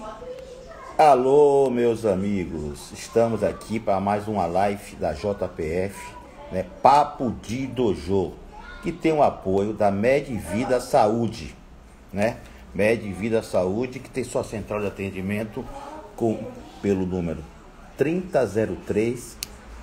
Alô, meus amigos, estamos aqui para mais uma live da JPF, né? Papo de Dojo, que tem o apoio da Med Vida Saúde, né? Med Vida Saúde, que tem sua central de atendimento pelo número 3003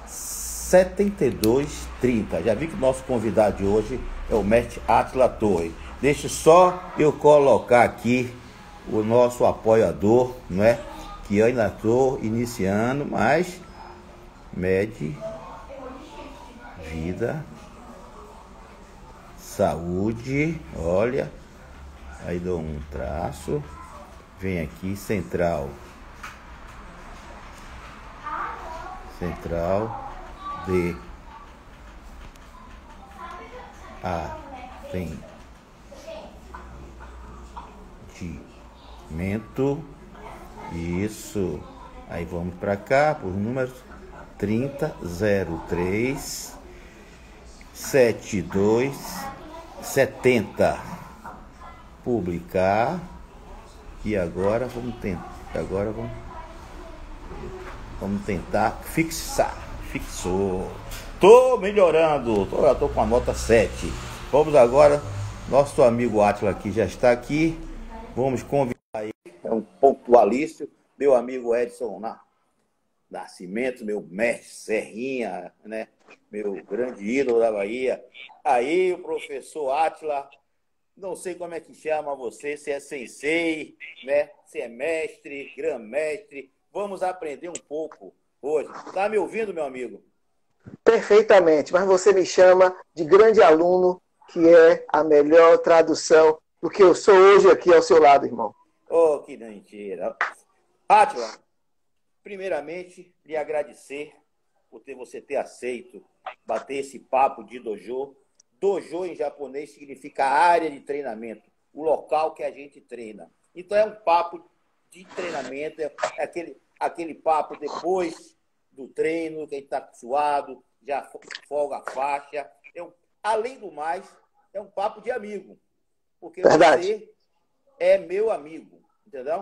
7230. Já vi que o nosso convidado de hoje é o mestre Átila Torre. Deixa só eu colocar aqui o nosso apoiador, não é? Que eu ainda estou iniciando, mas Med Vida Saúde, olha, aí dou um traço, vem aqui, central de atendimento. Isso. Aí vamos para cá, por números 3003 7270. Publicar. E agora vamos tentar. Vamos tentar fixar. Fixou. Tô melhorando. Tô com a nota 7. Vamos agora. Nosso amigo Átila aqui já está aqui. Vamos convidar aí. É um pontualício. Meu amigo Edson Nascimento, meu mestre Serrinha, né? Meu grande ídolo da Bahia. Aí o professor Átila. Não sei como é que chama você, se é sensei, né? Se é mestre, grã-mestre. Vamos aprender um pouco hoje. Tá me ouvindo, meu amigo? Perfeitamente, mas você me chama de grande aluno, que é a melhor tradução do que eu sou hoje aqui ao seu lado, irmão. Oh, que mentira. Átila, primeiramente, lhe agradecer por você ter aceito bater esse papo de dojo. Dojo em japonês significa área de treinamento, o local que a gente treina. Então é um papo de treinamento, é aquele papo depois do treino, que a gente está suado, já folga a faixa. Além do mais, é um papo de amigo, porque Verdade. Você é meu amigo, entendeu?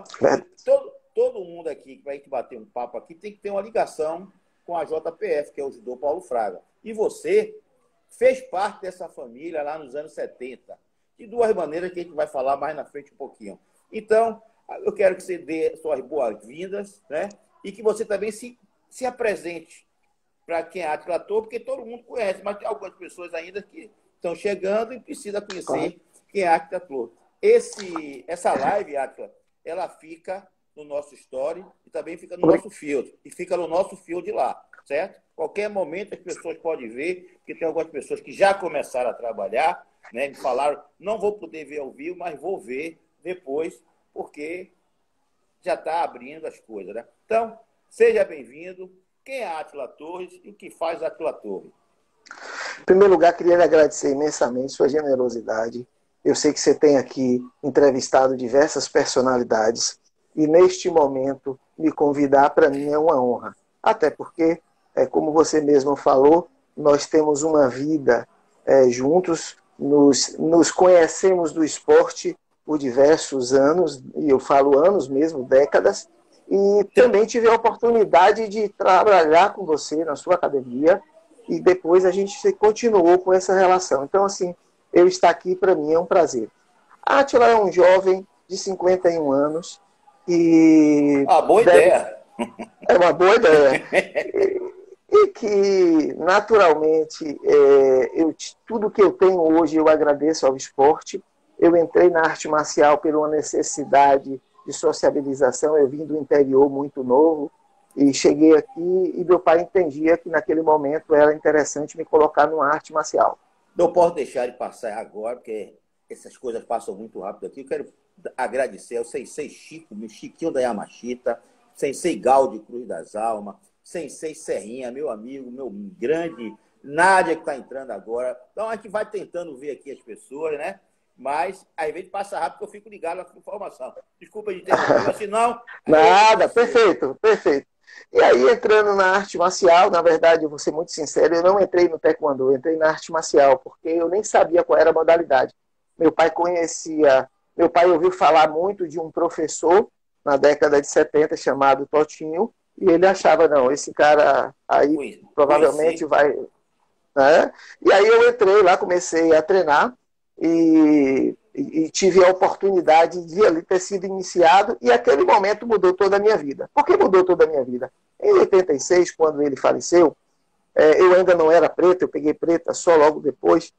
Todo mundo aqui, para a gente bater um papo aqui, tem que ter uma ligação com a JPF, que é o Judô Paulo Fraga. E você fez parte dessa família lá nos anos 70, de duas maneiras que a gente vai falar mais na frente um pouquinho. Então, eu quero que você dê suas boas-vindas, né? E que você também se apresente para quem é Átila Torre, porque todo mundo conhece, mas tem algumas pessoas ainda que estão chegando e precisam conhecer quem é Átila Torre. Essa live, Átila, ela fica no nosso story e também fica no nosso field. E fica no nosso field lá, certo? Qualquer momento as pessoas podem ver, porque tem algumas pessoas que já começaram a trabalhar, né? Me falaram, não vou poder ver ao vivo, mas vou ver depois, porque já está abrindo as coisas, né? Então, seja bem-vindo. Quem é Átila Torres e o que faz Átila Torres? Em primeiro lugar, queria lhe agradecer imensamente sua generosidade. Eu sei que você tem aqui entrevistado diversas personalidades e, neste momento, me convidar para mim é uma honra. Até porque, como você mesmo falou, nós temos uma vida juntos, nos conhecemos do esporte por diversos anos, e eu falo anos mesmo, décadas, e também tive a oportunidade de trabalhar com você na sua academia, e depois a gente continuou com essa relação. Então, assim, eu estar aqui, para mim, é um prazer. Átila é um jovem de 51 anos e... boa ideia! É uma boa ideia. E que, naturalmente, tudo que eu tenho hoje eu agradeço ao esporte. Eu entrei na arte marcial por uma necessidade de sociabilização. Eu vim do interior muito novo e cheguei aqui e meu pai entendia que, naquele momento, era interessante me colocar numa arte marcial. Não posso deixar de passar agora, porque essas coisas passam muito rápido aqui. Eu quero agradecer ao Sensei Chico, meu Chiquinho da Yamashita, Sensei Gaudi Cruz das Almas, Sensei Serrinha, meu amigo, meu grande Nádia, que está entrando agora. Então, a gente vai tentando ver aqui as pessoas, né? Mas, às vezes, passa rápido, porque eu fico ligado na informação. Desculpa de interromper, mas se não... Nada, perfeito, perfeito. E aí, entrando na arte marcial, na verdade, eu vou ser muito sincero, eu não entrei no taekwondo, eu entrei na arte marcial, porque eu nem sabia qual era a modalidade. Meu pai ouviu falar muito de um professor na década de 70, chamado Totinho, e ele achava, não, esse cara aí provavelmente vai... Né? E aí eu entrei lá, comecei a treinar e tive a oportunidade de ali ter sido iniciado, e aquele momento mudou toda a minha vida. Por que mudou toda a minha vida? Em 86, quando ele faleceu, eu ainda não era preta, eu peguei preta só logo depois,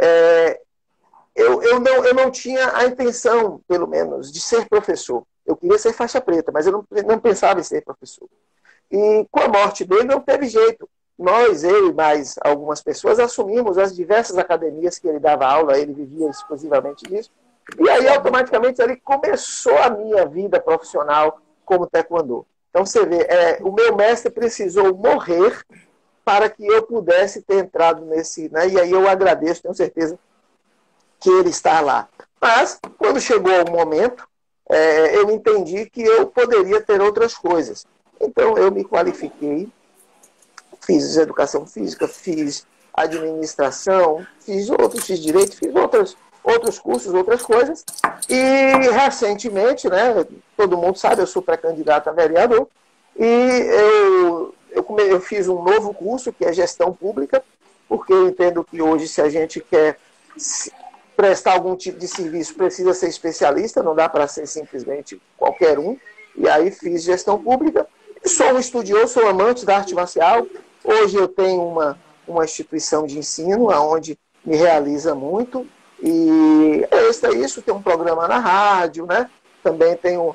eu não tinha a intenção, pelo menos, de ser professor. Eu queria ser faixa preta, mas eu não pensava em ser professor. E com a morte dele não teve jeito. Nós, eu e mais algumas pessoas, assumimos as diversas academias que ele dava aula, ele vivia exclusivamente disso. E aí, automaticamente, ele começou a minha vida profissional como taekwondo. Então, você vê, o meu mestre precisou morrer para que eu pudesse ter entrado nesse... Né? E aí eu agradeço, tenho certeza que ele está lá. Mas, quando chegou o momento, eu entendi que eu poderia ter outras coisas. Então, eu me qualifiquei, fiz educação física, fiz administração, fiz direito, fiz outros cursos, outras coisas. E, recentemente, né, todo mundo sabe, eu sou pré-candidato a vereador, e eu fiz um novo curso, que é gestão pública, porque eu entendo que hoje, se a gente quer prestar algum tipo de serviço, precisa ser especialista, não dá para ser simplesmente qualquer um. E aí fiz gestão pública. Sou um estudioso, sou amante da arte marcial. Hoje eu tenho uma instituição de ensino, onde me realiza muito. E é isso, tem um programa na rádio, né? Também tenho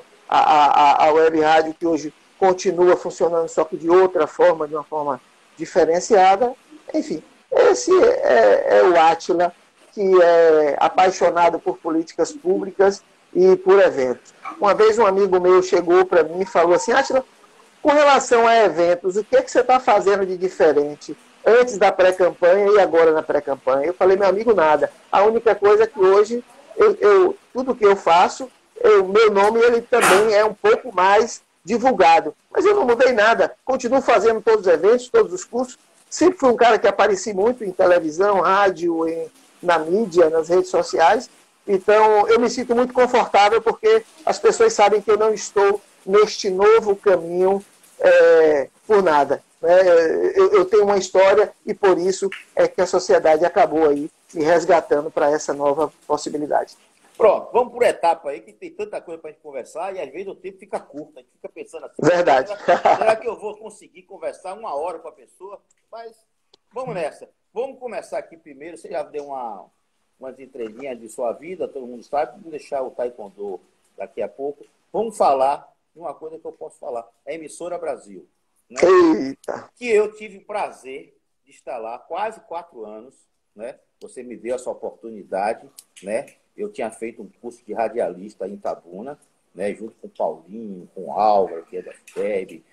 a web rádio, que hoje continua funcionando, só que de outra forma, de uma forma diferenciada. Enfim, esse é o Átila, que é apaixonado por políticas públicas e por eventos. Uma vez um amigo meu chegou para mim e falou assim: Átila, com relação a eventos, o que você está fazendo de diferente antes da pré-campanha e agora na pré-campanha? Eu falei: meu amigo, nada. A única coisa é que hoje, tudo que eu faço, meu nome ele também é um pouco mais divulgado. Mas eu não mudei nada. Continuo fazendo todos os eventos, todos os cursos. Sempre fui um cara que apareci muito em televisão, rádio, na mídia, nas redes sociais. Então, eu me sinto muito confortável porque as pessoas sabem que eu não estou neste novo caminho por nada. Eu tenho uma história e por isso é que a sociedade acabou aí me resgatando para essa nova possibilidade. Pronto, vamos por etapa aí, que tem tanta coisa para a gente conversar e às vezes o tempo fica curto, a gente fica pensando assim. Verdade. Será que eu vou conseguir conversar 1 hora com a pessoa? Mas vamos nessa. Vamos começar aqui primeiro. Você já deu umas entrelinhas de sua vida, todo mundo sabe. Vamos deixar o taekwondo daqui a pouco. Vamos falar de uma coisa que eu posso falar. A Emissora Brasil. Né? Eita. Que eu tive o prazer de estar lá quase 4 anos. Né? Você me deu essa oportunidade. Né? Eu tinha feito um curso de radialista em Itabuna, né? Junto com o Paulinho, com o Álvaro, que é da FEB,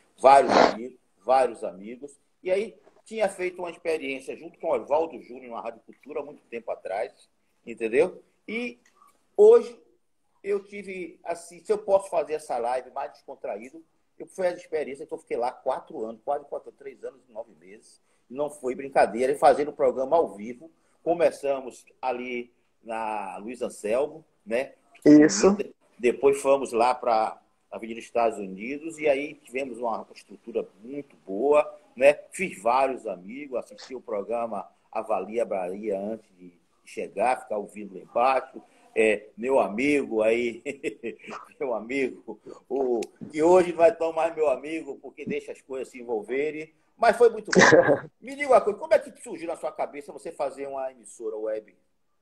vários amigos. E aí tinha feito uma experiência junto com o Oswaldo Júnior na Rádio Cultura há muito tempo atrás, entendeu? E hoje eu tive, assim, se eu posso fazer essa live mais descontraído, foi a experiência que eu fiquei lá 4 anos, quase 3 anos e 9 meses. Não foi brincadeira, e fazendo o programa ao vivo. Começamos ali na Luiz Anselmo, né? Isso. Depois fomos lá para a Avenida Estados Unidos e aí tivemos uma estrutura muito boa, né? Fiz vários amigos, assisti o programa Avalia Bahia antes de chegar, ficar ouvindo lá embaixo. Meu amigo aí, meu amigo, que hoje não é tão mais meu amigo porque deixa as coisas se envolverem, mas foi muito bom. Me diga uma coisa, como é que surgiu na sua cabeça você fazer uma emissora web?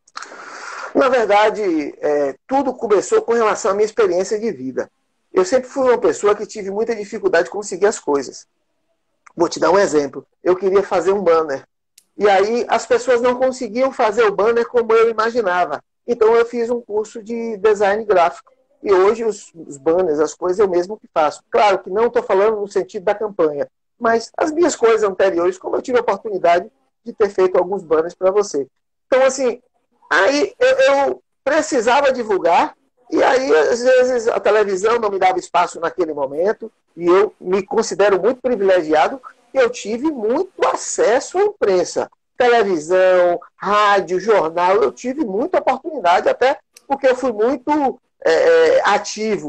Na verdade, tudo começou com relação à minha experiência de vida. Eu sempre fui uma pessoa que tive muita dificuldade de conseguir as coisas. Vou te dar um exemplo. Eu queria fazer um banner. E aí as pessoas não conseguiam fazer o banner como eu imaginava. Então eu fiz um curso de design gráfico. E hoje os banners, as coisas, eu mesmo que faço. Claro que não estou falando no sentido da campanha, mas as minhas coisas anteriores, como eu tive a oportunidade de ter feito alguns banners para você. Então, assim, aí eu precisava divulgar, e aí, às vezes, a televisão não me dava espaço naquele momento, e eu me considero muito privilegiado, e eu tive muito acesso à imprensa. Televisão, rádio, jornal, eu tive muita oportunidade, até porque eu fui muito ativo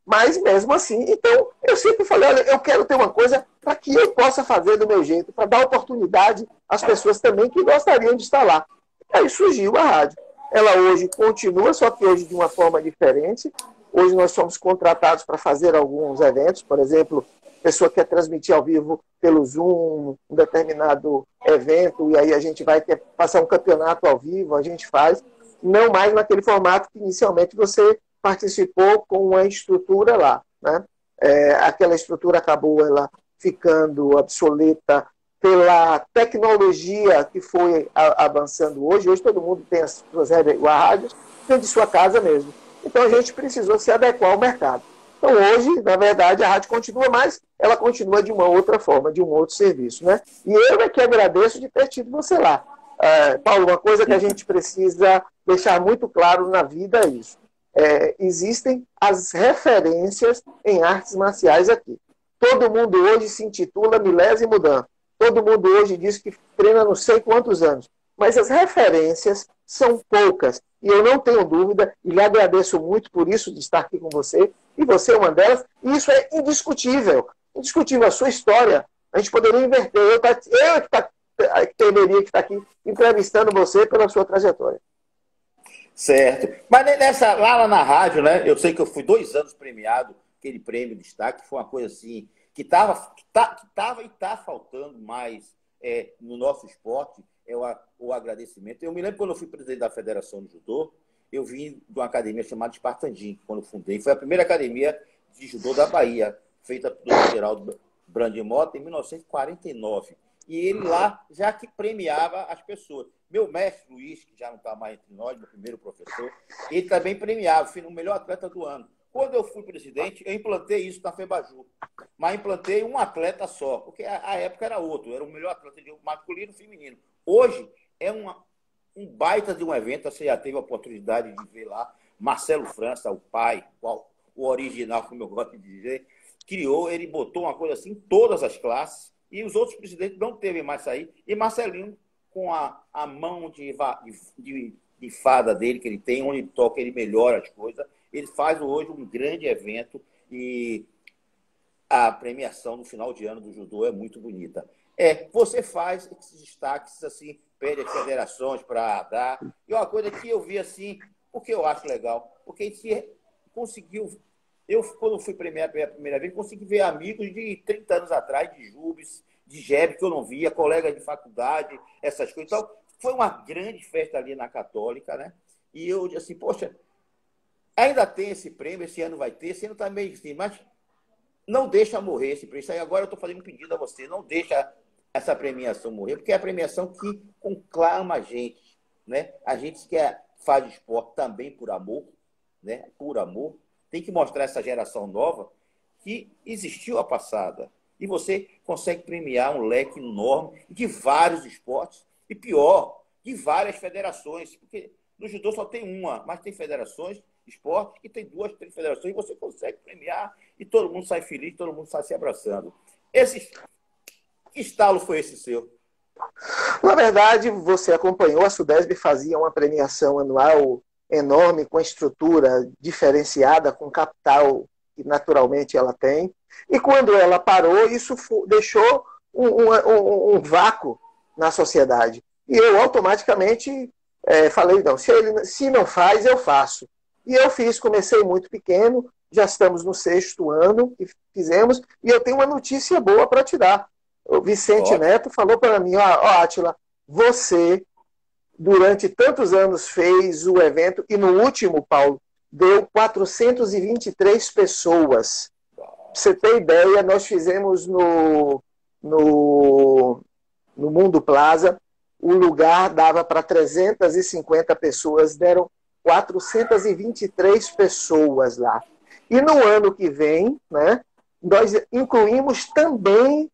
Mas mesmo assim, então, eu sempre falei, olha, eu quero ter uma coisa para que eu possa fazer do meu jeito, para dar oportunidade às pessoas também que gostariam de estar lá. Aí surgiu a rádio. Ela hoje continua, só que hoje de uma forma diferente. Hoje nós somos contratados para fazer alguns eventos, por exemplo, a pessoa quer transmitir ao vivo pelo Zoom um determinado evento, e aí a gente vai passar um campeonato ao vivo, a gente faz, não mais naquele formato que inicialmente você participou com uma estrutura lá, né? Aquela estrutura acabou ela ficando obsoleta pela tecnologia que foi avançando hoje. Hoje todo mundo tem as suas rádios dentro de sua casa mesmo. Então a gente precisou se adequar ao mercado. Então hoje, na verdade, a rádio continua, mas ela continua de uma outra forma, de um outro serviço, né? E eu é que agradeço de ter tido você lá. Paulo, uma coisa que a gente precisa deixar muito claro na vida é isso. Existem as referências em artes marciais aqui. Todo mundo hoje se intitula Milésimo Dan. Todo mundo hoje diz que treina não sei quantos anos. Mas as referências são poucas. E eu não tenho dúvida, e lhe agradeço muito por isso, de estar aqui com você, e você é uma delas, e isso é indiscutível. Indiscutível a sua história. A gente poderia inverter. Eu que teria que estar aqui entrevistando você pela sua trajetória. Certo. Mas lá na rádio, né? Eu sei que eu fui 2 anos premiado, aquele prêmio de destaque, foi uma coisa assim, que estava e está faltando mais no nosso esporte, o agradecimento. Eu me lembro quando eu fui presidente da Federação de Judô, eu vim de uma academia chamada Espartandinho, quando eu fundei. Foi a primeira academia de judô da Bahia, feita pelo Geraldo Brandimota em 1949. E ele lá já que premiava as pessoas. Meu mestre Luiz, que já não está mais entre nós, meu primeiro professor, ele também premiava, fui o melhor atleta do ano. Quando eu fui presidente, eu implantei isso na FEBAJU. Mas implantei um atleta só, porque a época era outro, era o melhor atleta de masculino e feminino. Hoje é um baita de um evento, você já teve a oportunidade de ver lá, Marcelo França, o pai, o original, como eu gosto de dizer, criou, ele botou uma coisa assim em todas as classes, e os outros presidentes não teve mais sair, e Marcelinho, com a mão de fada dele, que ele tem, onde toca, ele melhora as coisas, ele faz hoje um grande evento, e a premiação no final de ano do judô é muito bonita. Você faz esses destaques, assim, pede as federações para dar, e uma coisa que eu vi assim, o que eu acho legal, porque se conseguiu. Eu, quando fui premiado pela primeira vez, consegui ver amigos de 30 anos atrás, de Jubes, de Jeb, que eu não via, colegas de faculdade, essas coisas. Então, foi uma grande festa ali na Católica, né? E eu disse assim, poxa, ainda tem esse prêmio, esse ano vai ter, esse ano está meio assim, mas não deixa morrer esse prêmio. Isso aí agora eu estou fazendo um pedido a você, não deixa essa premiação morrer, porque é a premiação que conclama a gente, né? A gente que faz esporte também por amor, né? Por amor. Tem que mostrar essa geração nova que existiu a passada. E você consegue premiar um leque enorme de vários esportes. E pior, de várias federações. Porque no judô só tem uma, mas tem federações de esporte que tem 2, 3 federações. E você consegue premiar e todo mundo sai feliz, todo mundo sai se abraçando. Que estalo foi esse seu? Na verdade, você acompanhou, a Sudesb fazia uma premiação anual enorme, com estrutura diferenciada, com capital que naturalmente ela tem. E quando ela parou, isso deixou um vácuo na sociedade. E eu automaticamente falei, não, se não faz, eu faço. E eu fiz, comecei muito pequeno, já estamos no 6º ano que fizemos, e eu tenho uma notícia boa para te dar. O Vicente Neto falou para mim, Átila, você durante tantos anos fez o evento, e no último, Paulo, deu 423 pessoas. Pra você ter ideia, nós fizemos no Mundo Plaza, o lugar dava para 350 pessoas, deram 423 pessoas lá. E no ano que vem, né, nós incluímos também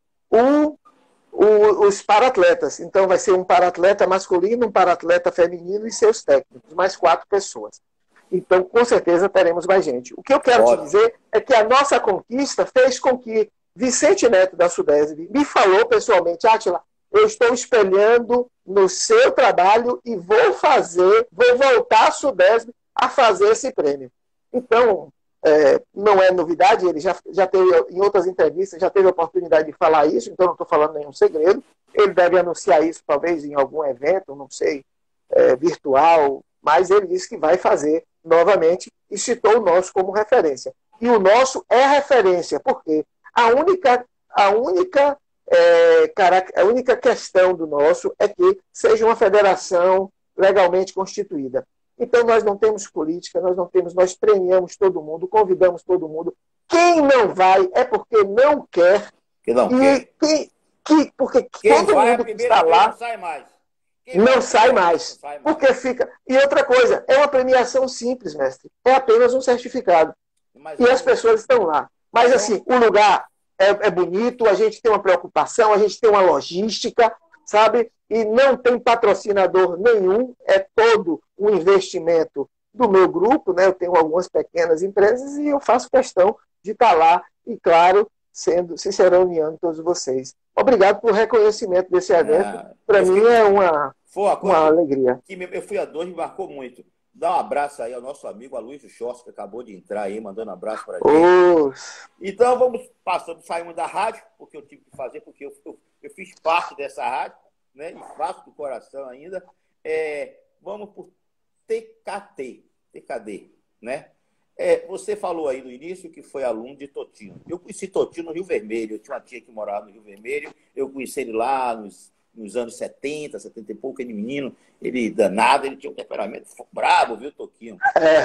os paratletas. Então vai ser um paratleta masculino, um paratleta feminino e seus técnicos, mais 4 pessoas. Então, com certeza, teremos mais gente. O que eu quero te dizer é que a nossa conquista fez com que Vicente Neto, da Sudesb, me falou pessoalmente, Átila, eu estou espelhando no seu trabalho e vou voltar a Sudesb a fazer esse prêmio. Então, não não é novidade, ele já teve, em outras entrevistas, já teve a oportunidade de falar isso, então não estou falando nenhum segredo. Ele deve anunciar isso, talvez, em algum evento, não sei, virtual, mas ele disse que vai fazer novamente e citou o nosso como referência. E o nosso é referência, porque a única questão do nosso é que seja uma federação legalmente constituída. Então, nós não temos política, nós premiamos todo mundo, convidamos todo mundo. Quem não vai é porque não quer. Que não quer. Porque quem todo vai mundo que está lá não sai mais. Não sai mais. Porque fica. E outra coisa, é uma premiação simples, mestre. É apenas um certificado. E as pessoas estão lá. Mas, assim, o lugar é bonito, a gente tem uma preocupação, a gente tem uma logística, sabe? E não tem patrocinador nenhum, é todo um investimento do meu grupo, né? Eu tenho algumas pequenas empresas e eu faço questão de estar lá e, claro, sendo ciceroneando todos vocês. Obrigado pelo reconhecimento desse evento. Para mim é uma alegria. Eu fui a 2 e me marcou muito. Dá um abraço aí ao nosso amigo Aloysio Schorz, que acabou de entrar aí, mandando um abraço para a gente. Então, saímos da rádio, porque eu tive que fazer, porque eu fiz parte dessa rádio, né? E faço do coração ainda. Vamos por TKD, né? Você falou aí no início que foi aluno de Totino. Eu conheci Totino no Rio Vermelho. Eu tinha uma tia que morava no Rio Vermelho. Eu conheci ele lá nos anos 70 e pouco, aquele menino, ele danado, ele tinha um temperamento brabo, viu, Toquinho?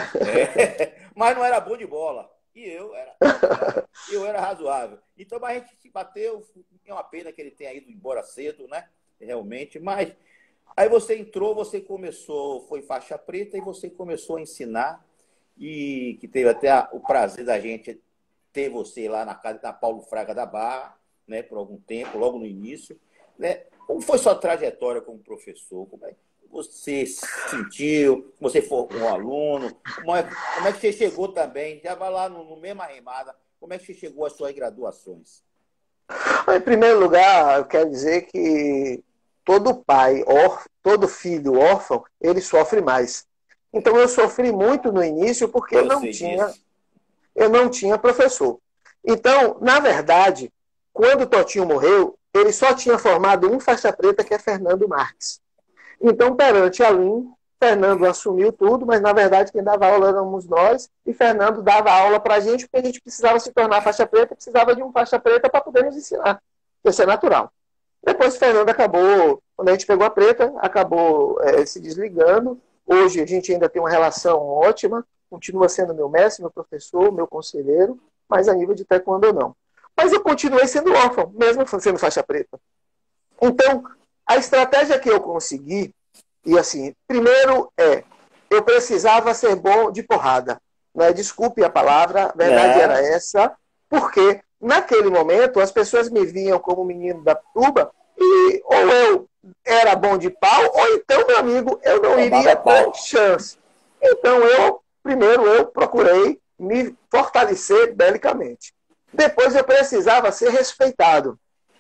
Mas não era bom de bola. E eu era razoável. Então, mas a gente se bateu, é uma pena que ele tenha ido embora cedo, né? Realmente, mas aí você entrou, você começou, foi faixa preta e você começou a ensinar e que teve até o prazer da gente ter você lá na casa da Paulo Fraga da Barra, né, por algum tempo, logo no início, né? Como foi sua trajetória como professor? Como é que você se sentiu? Você foi um aluno? Como é que você chegou também? Já vai lá no mesmo arremada. Como é que você chegou às suas graduações? Em primeiro lugar, eu quero dizer que todo pai, todo filho órfão, ele sofre mais. Então, eu sofri muito no início porque eu não tinha professor. Então, na verdade, quando o Totinho morreu, ele só tinha formado um faixa preta, que é Fernando Marques. Então, perante a Lin, Fernando assumiu tudo, mas, na verdade, quem dava aula éramos nós, e Fernando dava aula para a gente, porque a gente precisava se tornar faixa preta, precisava de um faixa preta para poder nos ensinar. Isso é natural. Depois, Fernando acabou, quando a gente pegou a preta, acabou se desligando. Hoje, a gente ainda tem uma relação ótima, continua sendo meu mestre, meu professor, meu conselheiro, mas a nível de taekwondo não. Mas eu continuei sendo órfão, mesmo sendo faixa preta. Então, a estratégia que eu consegui, e assim, primeiro eu precisava ser bom de porrada. Né? Desculpe a palavra, a verdade era essa, porque naquele momento as pessoas me viam como menino da tuba e ou eu era bom de pau, ou então, meu amigo, eu não iria ter chance. Então, primeiro eu procurei me fortalecer belicamente. Depois eu precisava ser respeitado.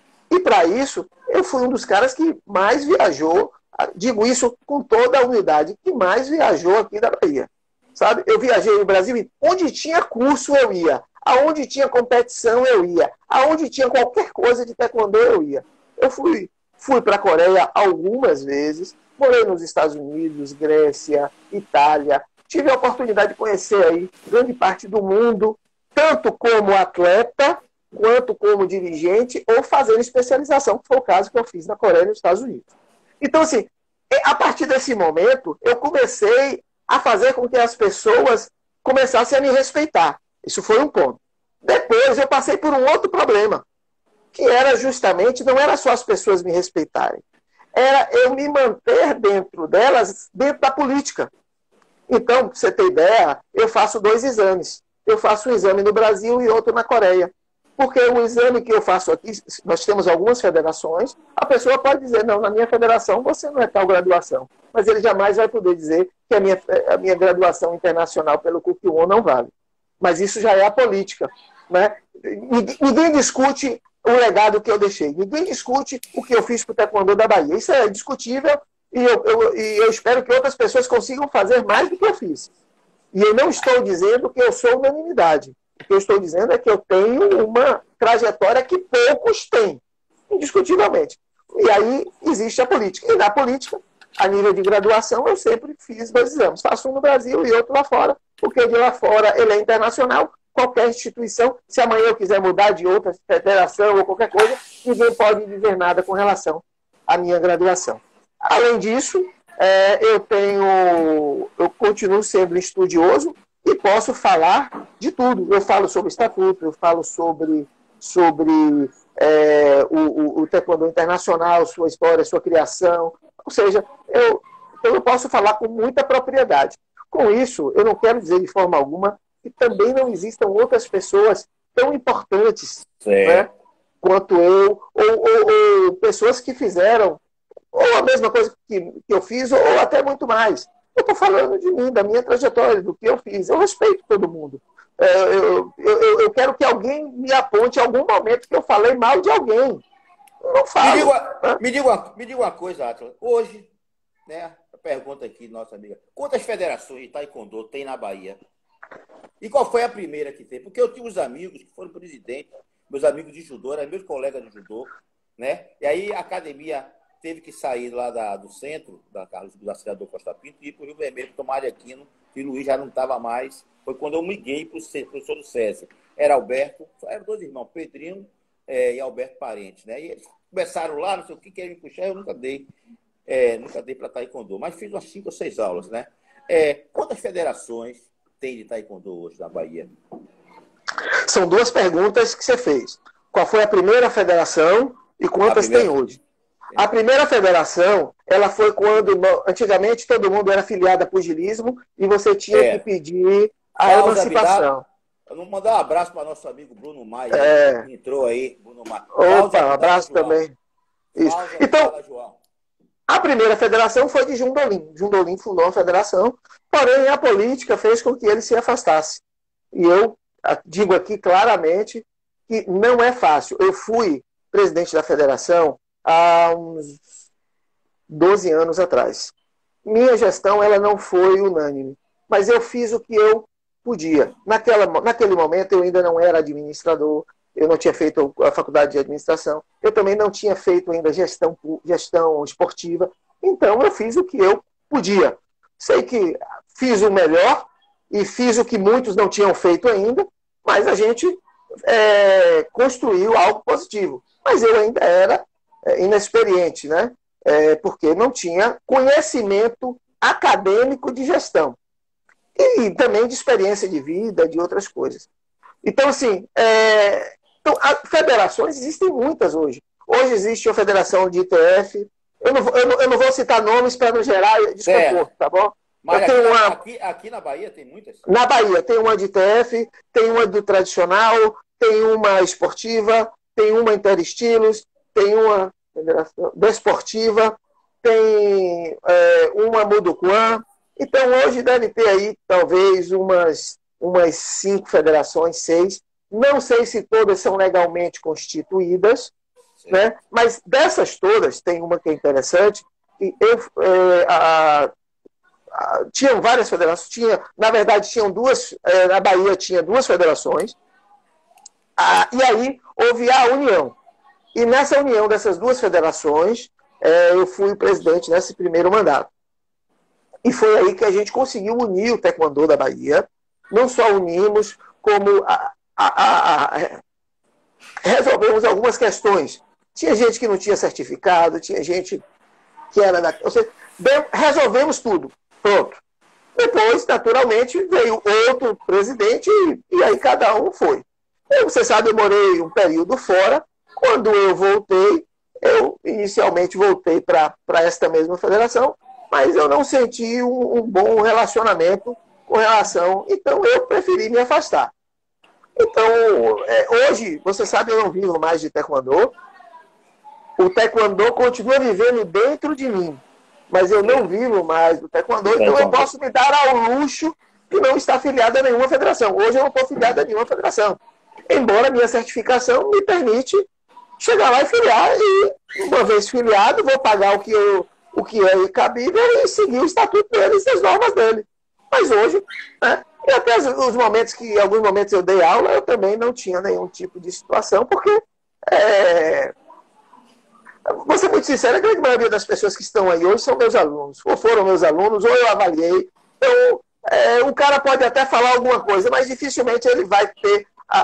E para isso, eu fui um dos caras que mais viajou, digo isso com toda a humildade, que mais viajou aqui da Bahia. Sabe? Eu viajei no Brasil e onde tinha curso eu ia, aonde tinha competição eu ia, aonde tinha qualquer coisa de taekwondo eu ia. Eu fui para a Coreia algumas vezes, morei nos Estados Unidos, Grécia, Itália, tive a oportunidade de conhecer aí grande parte do mundo, tanto como atleta, quanto como dirigente, ou fazendo especialização, que foi o caso que eu fiz na Coreia e nos Estados Unidos. Então, assim, a partir desse momento, eu comecei a fazer com que as pessoas começassem a me respeitar. Isso foi um ponto. Depois, eu passei por um outro problema, que era justamente, não era só as pessoas me respeitarem, era eu me manter dentro delas, dentro da política. Então, para você ter ideia, eu faço 2 exames. Eu faço um exame no Brasil e outro na Coreia. Porque o exame que eu faço aqui, nós temos algumas federações, a pessoa pode dizer, não, na minha federação você não é tal graduação. Mas ele jamais vai poder dizer que a minha graduação internacional pelo Kukkiwon não vale. Mas isso já é a política. Né? Ninguém discute o legado que eu deixei. Ninguém discute o que eu fiz para o Taekwondo da Bahia. Isso é discutível e eu espero que outras pessoas consigam fazer mais do que eu fiz. E eu não estou dizendo que eu sou unanimidade. O que eu estou dizendo é que eu tenho uma trajetória que poucos têm, indiscutivelmente. E aí existe a política. E na política, a nível de graduação, eu sempre fiz 2 exames. Faço um no Brasil e outro lá fora, porque de lá fora ele é internacional. Qualquer instituição, se amanhã eu quiser mudar de outra federação ou qualquer coisa, ninguém pode dizer nada com relação à minha graduação. Além disso, eu continuo sendo estudioso e posso falar de tudo. Eu falo sobre estatuto, eu falo sobre o taekwondo internacional, sua história, sua criação. Ou seja, eu posso falar com muita propriedade. Com isso, eu não quero dizer de forma alguma que também não existam outras pessoas tão importantes, né, quanto eu, ou pessoas que fizeram ou a mesma coisa que eu fiz, ou até muito mais. Eu estou falando de mim, da minha trajetória, do que eu fiz. Eu respeito todo mundo. Eu quero que alguém me aponte em algum momento que eu falei mal de alguém. Eu não falo. Me diga uma coisa, Átila. Hoje, né, a pergunta aqui, nossa amiga, quantas federações de taekwondo tem na Bahia? E qual foi a primeira que teve? Porque eu tinha uns amigos que foram presidentes, meus amigos de judô, eram meus colegas de judô, né? E aí a academia teve que sair lá do centro, da Senador Costa Pinto, e ir para o Rio Vermelho, para o Mário Aquino, e o Luiz já não estava mais. Foi quando eu liguei para o professor do SESI. Era Alberto, eram 2 irmãos, Pedrinho e Alberto Parente, né? E eles começaram lá, não sei o que, queriam me puxar, eu nunca dei para taekwondo, mas fiz umas 5 ou 6 aulas, né? Quantas federações tem de taekwondo hoje na Bahia? São 2 perguntas que você fez. Qual foi a primeira federação e quantas tem hoje? A primeira federação, ela foi quando, antigamente, todo mundo era filiado a pugilismo e você tinha que pedir a emancipação. Eu vou mandar um abraço para nosso amigo Bruno Maia, que entrou aí. Bruno Maia. Opa, um abraço também. Isso. Então, a primeira federação foi de Jundolim. Jundolim fundou a federação, porém a política fez com que ele se afastasse. E eu digo aqui claramente que não é fácil. Eu fui presidente da federação há uns 12 anos atrás. Minha gestão ela não foi unânime, mas eu fiz o que eu podia. Naquele momento eu ainda não era administrador, eu não tinha feito a faculdade de administração, eu também não tinha feito ainda gestão esportiva, então eu fiz o que eu podia. Sei que fiz o melhor e fiz o que muitos não tinham feito ainda, mas a gente construiu algo positivo. Mas eu ainda era inexperiente, né? Porque não tinha conhecimento acadêmico de gestão. E também de experiência de vida, de outras coisas. Então, assim, federações existem muitas hoje. Hoje existe a federação de ITF. Eu não vou citar nomes para não gerar desconforto, tá bom? Mas aqui na Bahia tem muitas? Na Bahia tem uma de ITF, tem uma do tradicional, tem uma esportiva, tem uma interestilos, tem uma federação desportiva, tem uma Muduquan. Então, hoje deve ter aí, talvez, umas 5 federações, 6. Não sei se todas são legalmente constituídas, né? Mas dessas todas, tem uma que é interessante. Tinham várias federações. Na verdade, tinham 2. Na Bahia tinha 2 federações. E aí houve a união. E nessa união dessas 2 federações, eu fui presidente nesse primeiro mandato. E foi aí que a gente conseguiu unir o taekwondo da Bahia. Não só unimos, como resolvemos algumas questões. Tinha gente que não tinha certificado, tinha gente que era da... Ou seja, resolvemos tudo. Pronto. Depois, naturalmente, veio outro presidente e aí cada um foi. Você sabe, eu morei um período fora. Quando eu voltei, eu inicialmente voltei para esta mesma federação, mas eu não senti um bom relacionamento com relação... Então, eu preferi me afastar. Então, hoje, você sabe, eu não vivo mais de taekwondo. O taekwondo continua vivendo dentro de mim, mas eu não vivo mais do taekwondo, então eu posso me dar ao luxo de não estar filiado a nenhuma federação. Hoje eu não estou filiado a nenhuma federação. Embora minha certificação me permite chegar lá e filiar, e uma vez filiado, vou pagar o que é cabível e seguir o estatuto deles e as normas dele. Mas hoje, né, e até alguns momentos eu dei aula, eu também não tinha nenhum tipo de situação, porque, vou ser muito sincero, a grande maioria das pessoas que estão aí hoje são meus alunos, ou foram meus alunos, ou eu avaliei. Então, o cara pode até falar alguma coisa, mas dificilmente ele vai ter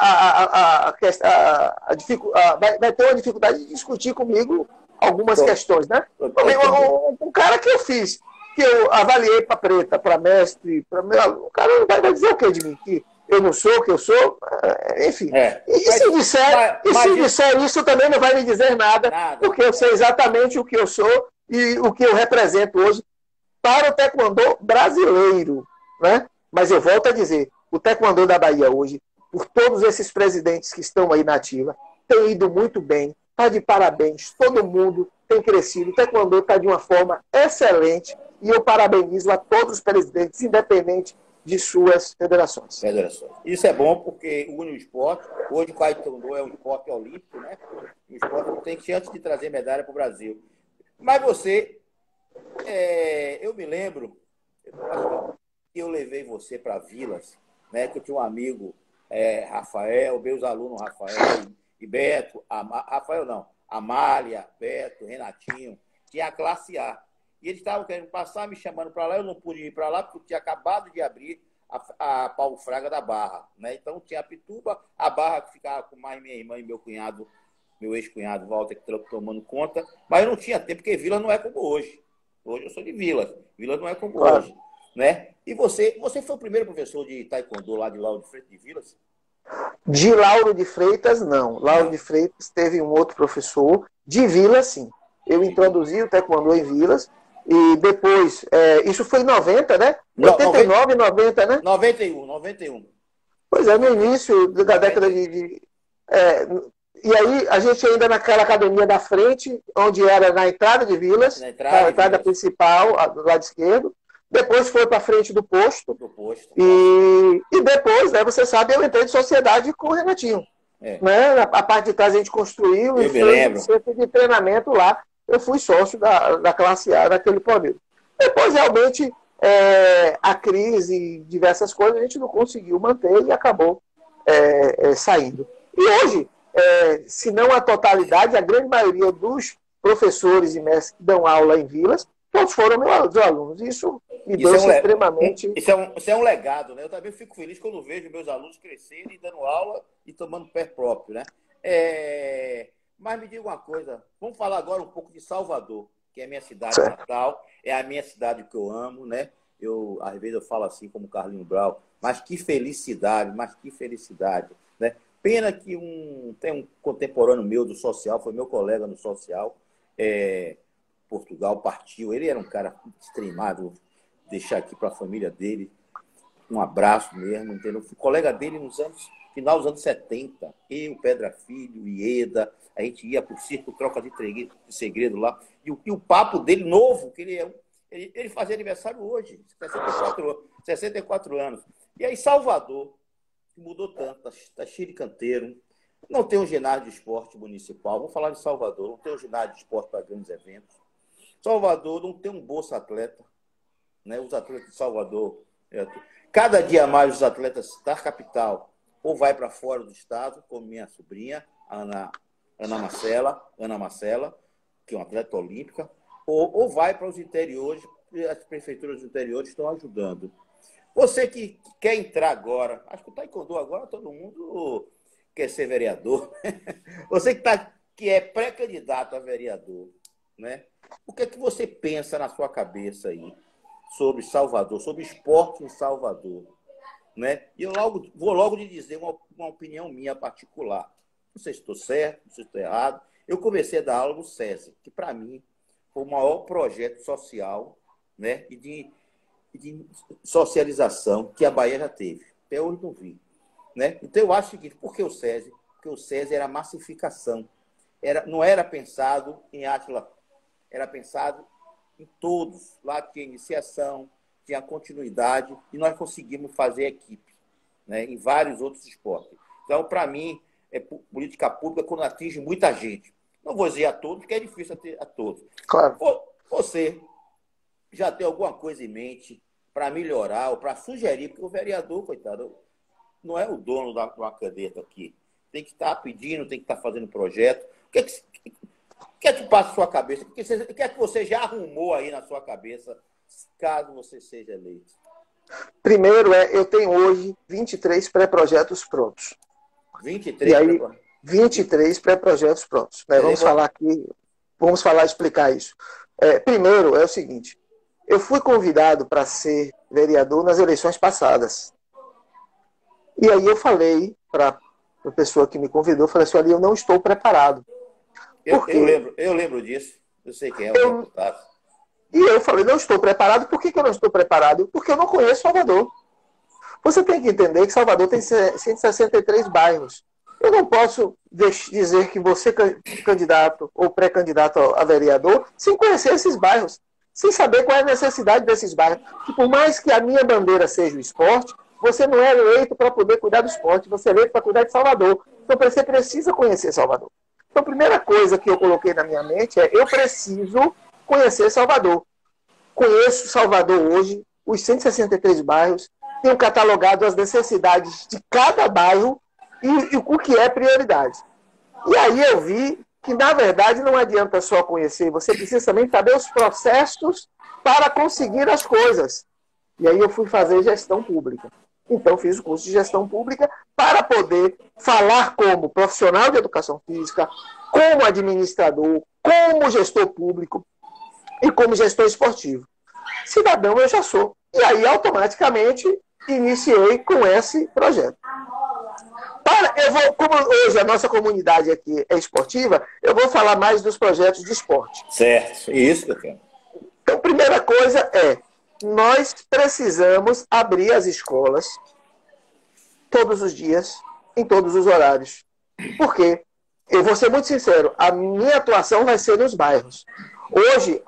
vai ter uma dificuldade de discutir comigo algumas questões, né? Um cara que eu fiz, que eu avaliei para preta, para mestre, para meu aluno, o cara vai dizer o que de mim? Que eu não sou o que eu sou? Enfim. Se disser isso, também não vai me dizer nada, porque eu sei exatamente o que eu sou e o que eu represento hoje para o taekwondo brasileiro, né? Mas eu volto a dizer, o taekwondo da Bahia hoje, por todos esses presidentes que estão aí na ativa, tem ido muito bem, está de parabéns, todo mundo tem crescido, o taekwondo está de uma forma excelente e eu parabenizo a todos os presidentes, independente de suas federações. Isso é bom porque une o esporte. Hoje o taekwondo é um esporte olímpico, né? Um esporte que tem chance de trazer medalha para o Brasil. Mas você, eu me lembro, que eu levei você para Vilas, né? Que eu tinha um amigo, Rafael, meus alunos Rafael e Beto, Rafael não, Amália, Beto, Renatinho, tinha a classe A. E eles estavam querendo passar, me chamando para lá, eu não pude ir para lá, porque eu tinha acabado de abrir a Paulo Fraga da Barra, né? Então tinha a Pituba, a Barra que ficava com mais minha irmã e meu cunhado, meu ex-cunhado Walter, que tomando conta, mas eu não tinha tempo, porque Vila não é como hoje. Hoje eu sou de Vila, Vila não é como hoje, né? E você foi o primeiro professor de taekwondo lá de Lauro de Freitas de Vilas? De Lauro de Freitas, não. Lauro de Freitas teve um outro professor. De Vilas, sim. Eu introduzi o taekwondo em Vilas. E depois, isso foi em 90, né? 89, 90, né? 91. Pois é, no início da década e aí, a gente ainda naquela academia da frente, onde era na entrada de Vilas, na entrada principal, do lado esquerdo. Depois foi para frente do posto. E depois, né, você sabe, eu entrei de sociedade com o Renatinho. Né? A parte de trás a gente construiu e fez um centro de treinamento lá. Eu fui sócio da classe A naquele período. Depois, realmente, a crise e diversas coisas a gente não conseguiu manter e acabou saindo. E hoje, se não a totalidade, a grande maioria dos professores e mestres que dão aula em Vilas, todos foram meus alunos. Isso me deixa extremamente... Isso é um legado, né? Eu também fico feliz quando vejo meus alunos crescerem, dando aula e tomando pé próprio, né? Mas me diga uma coisa, vamos falar agora um pouco de Salvador, que é a minha cidade natal, é a minha cidade que eu amo, né? Às vezes eu falo assim como Carlinho Brau, mas que felicidade, né? Pena que tem um contemporâneo meu do social, foi meu colega no social, Portugal, partiu. Ele era um cara extremado, vou deixar aqui para a família dele um abraço mesmo, entendeu? Fui colega dele final dos anos 70, eu, Pedra Filho, Ieda, a gente ia para o circo Troca de Segredo lá, e o papo dele novo, que ele fazia aniversário hoje, 64 anos. E aí Salvador, que mudou tanto, está cheio de canteiro, não tem um ginásio de esporte municipal, vamos falar de Salvador, não tem um ginásio de esporte para grandes eventos. Salvador não tem um Bolsa Atleta, né? Os atletas de Salvador, cada dia mais os atletas da capital ou vai para fora do estado, como minha sobrinha, Ana Marcela, que é uma atleta olímpica, ou vai para os interiores, as prefeituras dos interiores estão ajudando. Você que quer entrar agora, acho que o taekwondo agora todo mundo quer ser vereador. Você que é pré-candidato a vereador, né? O que é que você pensa na sua cabeça aí sobre Salvador, sobre esporte em Salvador? Né? E eu vou logo lhe dizer uma opinião minha particular. Não sei se estou certo, não sei se estou errado. Eu comecei a dar aula no SESI, que para mim foi o maior projeto social, né? e de socialização que a Bahia já teve. Até hoje não vi. Né? Então eu acho o seguinte, por que o SESI? Porque o SESI era massificação. Não era pensado em Átila, era pensado em todos. Lá tinha iniciação, tinha continuidade, e nós conseguimos fazer equipe, né, em vários outros esportes. Então, para mim, política pública quando atinge muita gente. Não vou dizer a todos, porque é difícil a todos. Claro. Você já tem alguma coisa em mente para melhorar ou para sugerir, porque o vereador, coitado, não é o dono de uma caneta aqui. Tem que estar pedindo, tem que estar fazendo projeto. O que é que passa na sua cabeça? O que é que você já arrumou aí na sua cabeça, caso você seja eleito? Primeiro, eu tenho hoje 23 pré-projetos prontos. 23 e aí, 23 pré-projetos prontos. Né? Vamos falar aqui, explicar isso. Primeiro, é o seguinte. Eu fui convidado para ser vereador nas eleições passadas. E aí eu falei para a pessoa que me convidou, falei assim, olha, eu não estou preparado. Eu lembro disso. Eu sei quem é o deputado. E eu falei, não estou preparado. Por que eu não estou preparado? Porque eu não conheço Salvador. Você tem que entender que Salvador tem 163 bairros. Eu não posso dizer que você candidato ou pré-candidato a vereador sem conhecer esses bairros, sem saber qual é a necessidade desses bairros. Que por mais que a minha bandeira seja o esporte, você não é eleito para poder cuidar do esporte, você é eleito para cuidar de Salvador. Então você precisa conhecer Salvador. Então a primeira coisa que eu coloquei na minha mente é eu preciso conhecer Salvador. Conheço Salvador hoje, os 163 bairros, tenho catalogado as necessidades de cada bairro e o que é prioridade. E aí eu vi que, na verdade, não adianta só conhecer, você precisa também saber os processos para conseguir as coisas. E aí eu fui fazer gestão pública. Então fiz o curso de gestão pública para poder falar como profissional de educação física, como administrador, como gestor público e como gestor esportivo. Cidadão eu já sou. E aí, automaticamente, iniciei com esse projeto. Como hoje a nossa comunidade aqui é esportiva, eu vou falar mais dos projetos de esporte. Certo, isso que eu quero. Então, primeira coisa nós precisamos abrir as escolas todos os dias, em todos os horários. Por quê? Eu vou ser muito sincero, a minha atuação vai ser nos bairros. Hoje,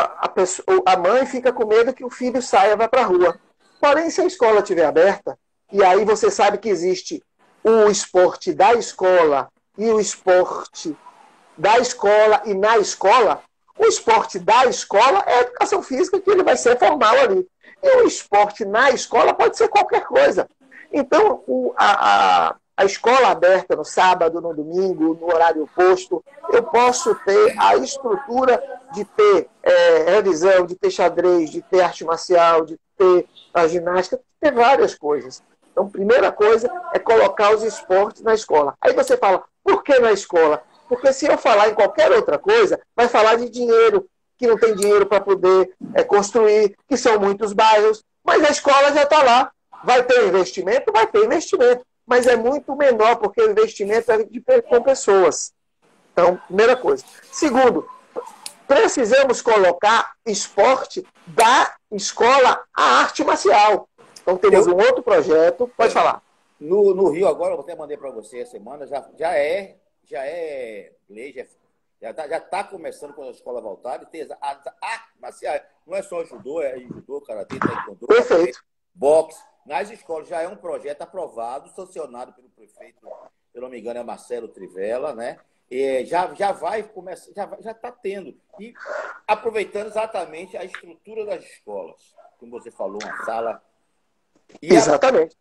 a mãe fica com medo que o filho saia e vá para a rua. Porém, se a escola estiver aberta, e aí você sabe que existe o esporte da escola e o esporte da escola e na escola, o esporte da escola é a educação física, que ele vai ser formal ali. E o esporte na escola pode ser qualquer coisa. Então, a escola aberta no sábado, no domingo, no horário oposto, eu posso ter a estrutura de ter revisão, de ter xadrez, de ter arte marcial, de ter a ginástica, de ter várias coisas. Então, primeira coisa é colocar os esportes na escola. Aí você fala, por que na escola? Porque se eu falar em qualquer outra coisa, vai falar de dinheiro, que não tem dinheiro para poder construir, que são muitos bairros, mas a escola já está lá. Vai ter investimento? Vai ter investimento, mas é muito menor, porque o investimento é com pessoas. Então, primeira coisa. Segundo, precisamos colocar esporte da escola à arte marcial. Então, temos um outro projeto. Pode falar. No Rio, agora, eu até mandei para você a semana, já é lei, já está começando quando a escola voltar, e tem a arte marcial. Não é só judô, é judô, karatê, taekwondo, boxe. Nas escolas já é um projeto aprovado, sancionado pelo prefeito, se não me engano, é Marcelo Trivela, né? E já vai começar, já está tendo. E aproveitando exatamente a estrutura das escolas. Como você falou, uma sala. Exatamente.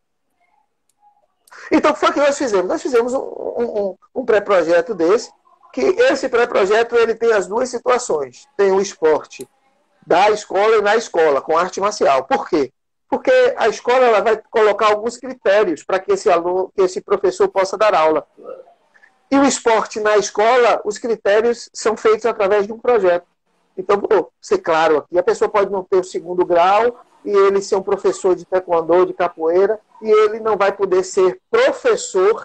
Então, foi o que nós fizemos. Nós fizemos um pré-projeto desse, que esse pré-projeto ele tem as duas situações. Tem o esporte da escola e na escola, com arte marcial. Por quê? Porque a escola ela vai colocar alguns critérios para que esse professor possa dar aula. E o esporte na escola, os critérios são feitos através de um projeto. Então, vou ser claro aqui, a pessoa pode não ter o 2º grau e ele ser um professor de taekwondo, de capoeira, e ele não vai poder ser professor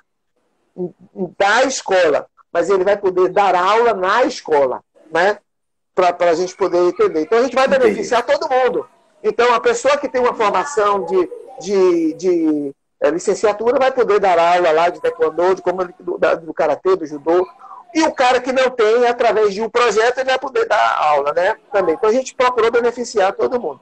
da escola, mas ele vai poder dar aula na escola, né? Para a gente poder entender. Então, a gente vai beneficiar todo mundo. Então, a pessoa que tem uma formação de licenciatura vai poder dar aula lá de taekwondo, do karatê, do judô. E o cara que não tem, através de um projeto, ele vai poder dar aula, né? Também. Então, a gente procurou beneficiar todo mundo.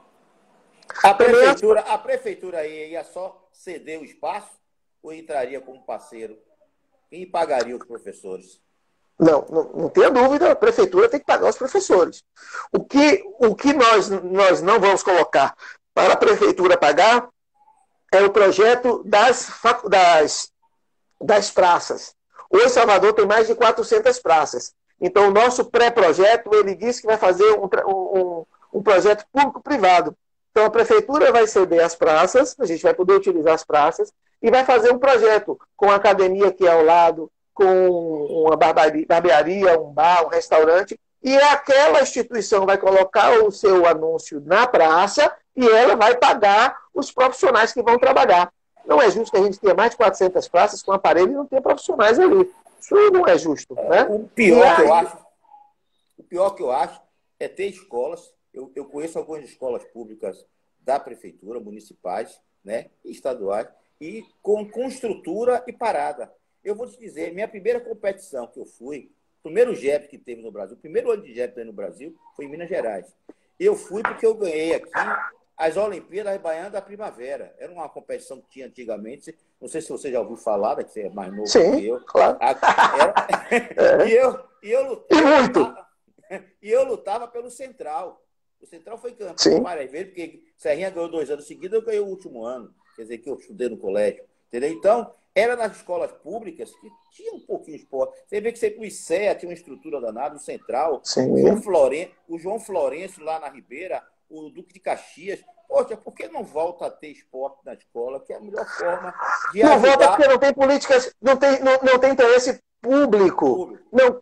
A prefeitura aí ia só ceder o espaço ou entraria como parceiro? Quem pagaria os professores? Não tenha dúvida, a prefeitura tem que pagar os professores. O que nós não vamos colocar para a prefeitura pagar é o projeto das praças. Hoje, Salvador tem mais de 400 praças. Então, o nosso pré-projeto, ele disse que vai fazer um projeto público-privado. Então, a prefeitura vai ceder as praças, a gente vai poder utilizar as praças, e vai fazer um projeto com a academia aqui ao lado, com uma barbearia, um bar, um restaurante, e aquela instituição vai colocar o seu anúncio na praça e ela vai pagar os profissionais que vão trabalhar. Não é justo que a gente tenha mais de 400 praças com aparelho e não tenha profissionais ali. Isso não é justo. Né? O pior que eu acho é ter escolas. Eu conheço algumas escolas públicas da prefeitura, municipais, né, e estaduais, e com estrutura e parada. Eu vou te dizer, minha primeira competição que eu fui, o primeiro JEP que teve no Brasil, o primeiro ano de JEP no Brasil, foi em Minas Gerais. Eu fui porque eu ganhei aqui as Olimpíadas Baianas da Primavera. Era uma competição que tinha antigamente. Não sei se você já ouviu falar, que você é mais novo que eu. Claro. E eu lutava pelo Central. O Central foi campeão várias vezes, porque Serrinha ganhou 2 anos seguidos, eu ganhei o último ano. Quer dizer, que eu estudei no colégio. Entendeu? Então, era nas escolas públicas que tinha um pouquinho de esporte. Você vê que sempre o ICEA tinha uma estrutura danada, o Central, o João Florencio lá na Ribeira, o Duque de Caxias. Poxa, por que não volta a ter esporte na escola? Que é a melhor forma de ajudar. Não volta porque não tem políticas, não tem interesse público.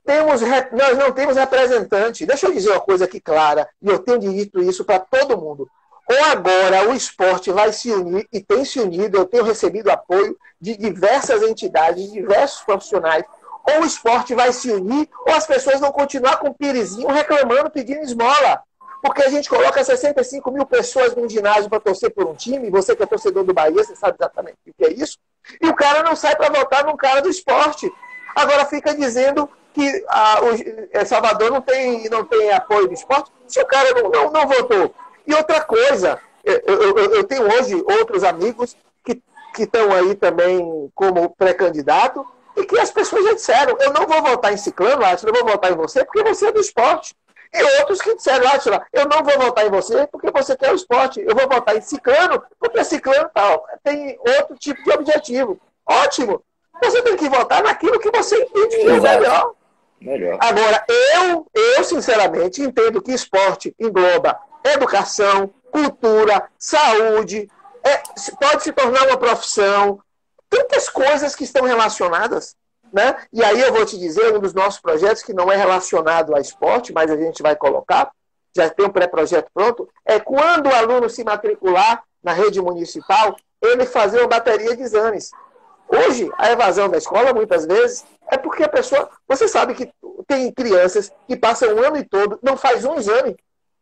Nós não temos representante. Deixa eu dizer uma coisa aqui clara, e eu tenho dito isso para todo mundo. Ou agora o esporte vai se unir, e tem se unido, eu tenho recebido apoio de diversas entidades, de diversos profissionais, ou o esporte vai se unir, ou as pessoas vão continuar com o pirizinho reclamando, pedindo esmola. Porque a gente coloca 65 mil pessoas num ginásio para torcer por um time, você que é torcedor do Bahia, você sabe exatamente o que é isso, e o cara não sai para votar num cara do esporte. Agora fica dizendo que Salvador não tem apoio do esporte, se o cara não votou. E outra coisa, eu tenho hoje outros amigos que estão aí também como pré-candidato e que as pessoas já disseram, eu não vou votar em Ciclano, Átila, eu vou votar em você porque você é do esporte. E outros que disseram, Átila, eu não vou votar em você porque você quer o esporte. Eu vou votar em Ciclano porque Ciclano tem outro tipo de objetivo. Ótimo! Você tem que votar naquilo que você entende que é o melhor. Agora, eu sinceramente entendo que esporte engloba educação, cultura, saúde, pode se tornar uma profissão, tantas coisas que estão relacionadas. Né? E aí eu vou te dizer, um dos nossos projetos, que não é relacionado a esporte, mas a gente vai colocar, já tem um pré-projeto pronto, é quando o aluno se matricular na rede municipal, ele fazer uma bateria de exames. Hoje, a evasão da escola, muitas vezes, é porque a pessoa... Você sabe que tem crianças que passam o ano todo, não faz um exame.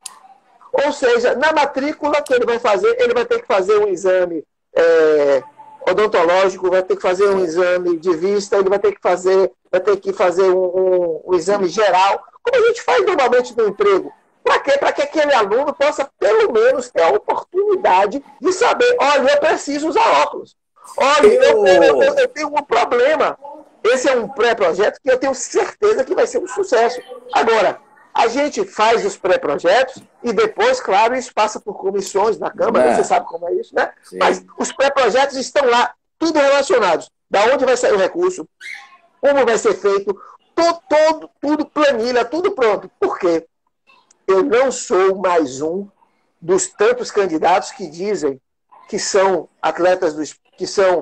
Ou seja, na matrícula que ele vai fazer, ele vai ter que fazer um exame odontológico, vai ter que fazer um exame de vista, ele vai ter que fazer um exame geral, como a gente faz normalmente no emprego. Para quê? Para que aquele aluno possa, pelo menos, ter a oportunidade de saber, olha, eu preciso usar óculos. Olha, eu tenho um problema. Esse é um pré-projeto que eu tenho certeza que vai ser um sucesso. Agora, a gente faz os pré-projetos e depois, claro, isso passa por comissões na Câmara, você sabe como é isso, né? Sim. Mas os pré-projetos estão lá, tudo relacionados. Da onde vai sair o recurso, como vai ser feito, tudo planilha, tudo pronto. Por quê? Eu não sou mais um dos tantos candidatos que dizem que são atletas, que são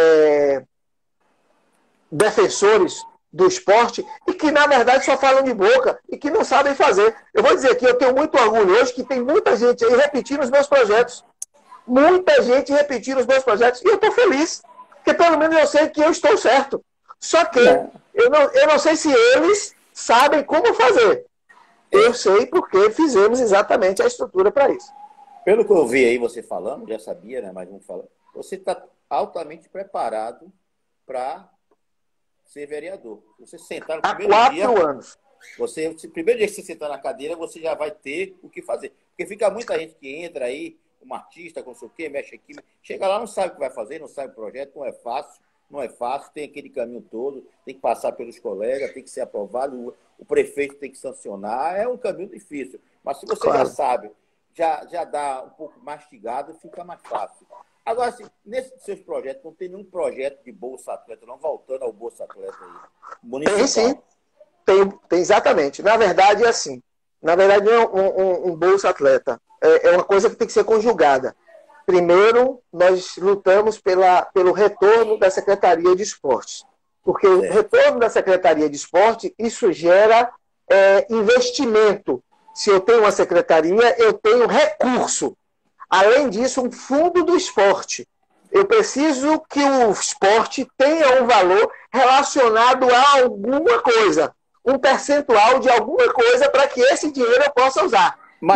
defensores do esporte e que, na verdade, só falam de boca e que não sabem fazer. Eu vou dizer que eu tenho muito orgulho hoje que tem muita gente aí repetindo os meus projetos. Muita gente repetindo os meus projetos. E eu estou feliz, porque pelo menos eu sei que eu estou certo. Só que eu não sei se eles sabem como fazer. Eu sei porque fizemos exatamente a estrutura para isso. Pelo que eu vi aí você falando, já sabia, né? Mas vamos falar. Você está altamente preparado para ser vereador. Você sentar no primeiro dia... Há 4 anos. Primeiro dia que você sentar na cadeira, você já vai ter o que fazer. Porque fica muita gente que entra aí, um artista, com não sei o quê, mexe aqui, chega lá, não sabe o que vai fazer, não sabe o projeto, não é fácil, tem aquele caminho todo, tem que passar pelos colegas, tem que ser aprovado, o prefeito tem que sancionar, é um caminho difícil. Mas se você já sabe já dá um pouco mastigado, fica mais fácil. Agora, assim, nesses seus projetos, não tem nenhum projeto de Bolsa Atleta, não, voltando ao Bolsa Atleta aí, municipal. Tem sim, tem exatamente. Na verdade, é assim. Na verdade, não é um Bolsa Atleta. É uma coisa que tem que ser conjugada. Primeiro, nós lutamos pelo retorno da Secretaria de Esportes. Porque o retorno da Secretaria de Esporte, isso gera investimento. Se eu tenho uma secretaria, eu tenho recurso. Além disso, um fundo do esporte. Eu preciso que o esporte tenha um valor relacionado a alguma coisa. Um percentual de alguma coisa para que esse dinheiro eu possa usar.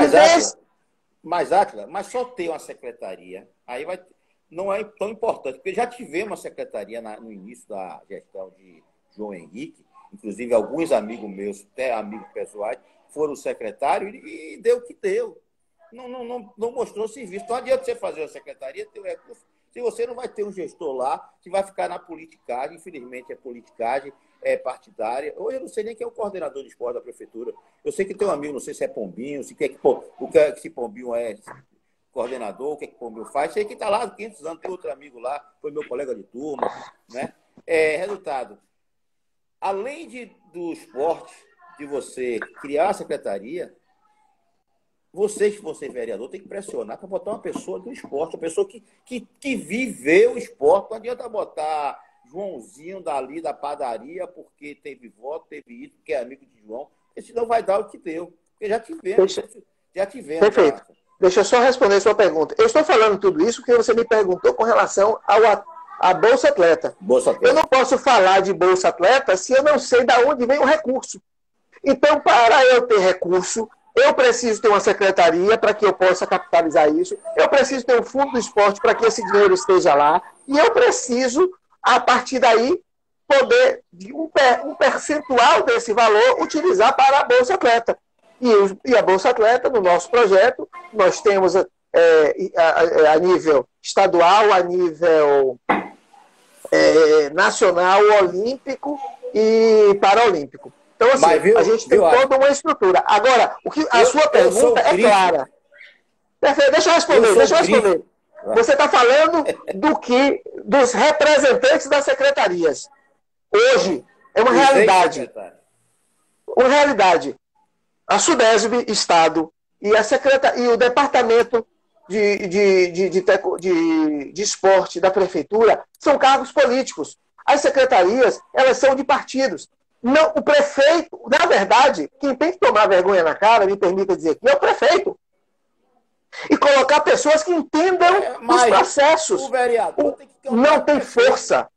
Mas só ter uma secretaria, aí não é tão importante, porque já tivemos uma secretaria no início da gestão de João Henrique, inclusive alguns amigos meus, até amigos pessoais, foram secretários e deu o que deu. Não mostrou serviço. Não adianta você fazer uma secretaria, ter um recurso, se você não vai ter um gestor lá, que vai ficar na politicagem, infelizmente é politicagem, é partidária. Hoje eu não sei nem quem é o coordenador de esporte da prefeitura. Eu sei que tem um amigo, não sei se é Pombinho, se Pombinho é coordenador, o que Pombinho faz. Sei que está lá há 500 anos, tem outro amigo lá, foi meu colega de turma. Né? Resultado, além do esporte, de você criar a secretaria, vocês que vão ser vereador tem que pressionar para botar uma pessoa do esporte, uma pessoa que viveu o esporte. Não adianta botar Joãozinho dali da padaria porque teve voto, teve isso, porque é amigo de João, porque senão vai dar o que deu. Porque já tivemos. Perfeito. Deixa eu só responder a sua pergunta. Eu estou falando tudo isso porque você me perguntou com relação à Bolsa Atleta. Eu não posso falar de Bolsa Atleta se eu não sei de onde vem o recurso. Então, para eu ter recurso, eu preciso ter uma secretaria para que eu possa capitalizar isso. Eu preciso ter um fundo do esporte para que esse dinheiro esteja lá. E eu preciso, a partir daí, poder, de um percentual desse valor, utilizar para a Bolsa Atleta. E a Bolsa Atleta, no nosso projeto, nós temos a nível estadual, a nível nacional, olímpico e paraolímpico. Então, assim, a gente tem toda uma estrutura. Agora, a sua pergunta é clara. Perfeito, deixa eu responder. Você está falando dos representantes das secretarias. Hoje, é uma realidade. Uma realidade. A SUDESB, Estado, e o Departamento de Esporte da Prefeitura são cargos políticos. As secretarias, elas são de partidos. Não, o prefeito, na verdade, quem tem que tomar vergonha na cara, me permita dizer aqui, é o prefeito. E colocar pessoas que entendam os processos. O vereador tem que ter não tem força.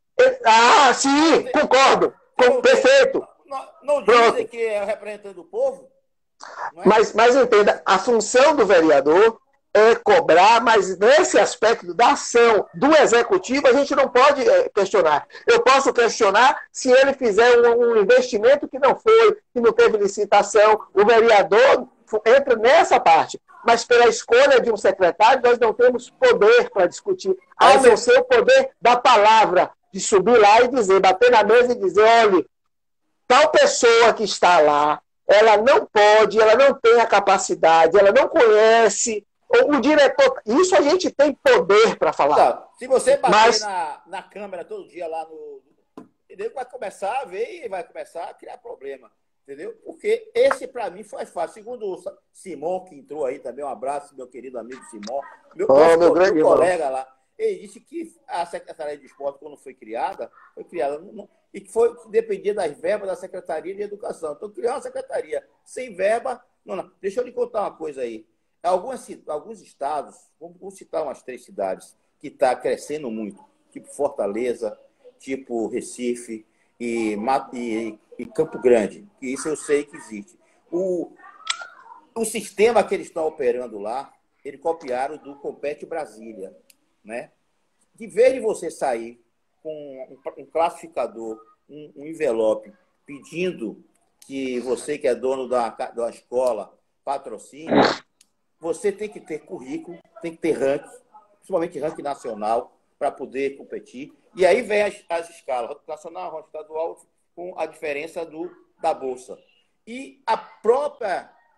Sim, concordo. Perfeito. Não dizem que é o representante do povo? Mas entenda, a função do vereador é cobrar, mas nesse aspecto da ação do executivo a gente não pode questionar. Eu posso questionar se ele fizer um investimento que não foi, que não teve licitação. O vereador entra nessa parte. Mas pela escolha de um secretário, nós não temos poder para discutir. A não ser o poder da palavra, de subir lá e dizer, bater na mesa e dizer, olha, tal pessoa que está lá, ela não pode, ela não tem a capacidade, ela não conhece o diretor. Isso a gente tem poder para falar. Não, se você bater na câmera todo dia lá entendeu? Vai começar a ver e vai começar a criar problema. Entendeu? Porque esse, para mim, foi fácil. Segundo o Simão, que entrou aí também, um abraço, meu querido amigo Simão, meu colega lá, ele disse que a Secretaria de Esporte, quando foi criada e que dependia das verbas da Secretaria de Educação. Então, criar uma secretaria sem verba... Não. Deixa eu lhe contar uma coisa aí. Alguns estados, vamos citar umas 3 cidades, que está crescendo muito, tipo Fortaleza, tipo Recife e Campo Grande, que isso eu sei que existe. O sistema que eles estão operando lá, eles copiaram do Compete Brasília. Né? De vez de você sair com um classificador, um envelope, pedindo que você, que é dono da escola, patrocine, você tem que ter currículo, tem que ter ranking, principalmente ranking nacional, para poder competir. E aí vem as escalas, ranking nacional, ranking estadual, com a diferença da bolsa. E a própria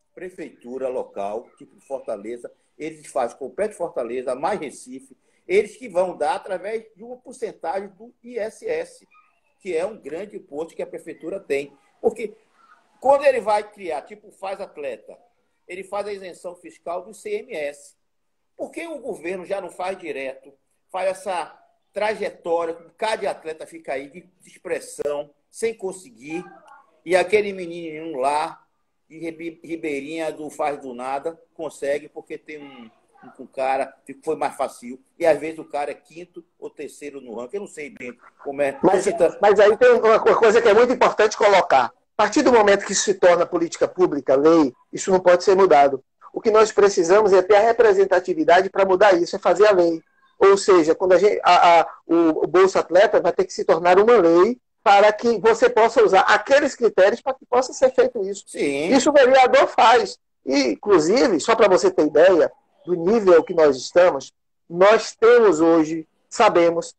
prefeitura local, tipo de Fortaleza, eles fazem com o pé de Fortaleza, mais Recife, eles que vão dar através de uma porcentagem do ISS, que é um grande imposto que a prefeitura tem. Porque quando ele vai criar, tipo faz atleta, ele faz a isenção fiscal do ICMS. Por que o governo já não faz direto? Faz essa trajetória, cada atleta fica aí de expressão, sem conseguir, e aquele menino lá, de Ribeirinha, do faz do nada, consegue, porque tem um cara que foi mais fácil. E às vezes o cara é quinto ou terceiro no ranking. Eu não sei bem como é. Mas aí tem uma coisa que é muito importante colocar. A partir do momento que isso se torna política pública, lei, isso não pode ser mudado. O que nós precisamos é ter a representatividade para mudar isso, é fazer a lei. Ou seja, quando o Bolsa Atleta vai ter que se tornar uma lei para que você possa usar aqueles critérios para que possa ser feito isso. Sim. Isso o vereador faz. E, inclusive, só para você ter ideia do nível que nós estamos, nós temos hoje, sabemos,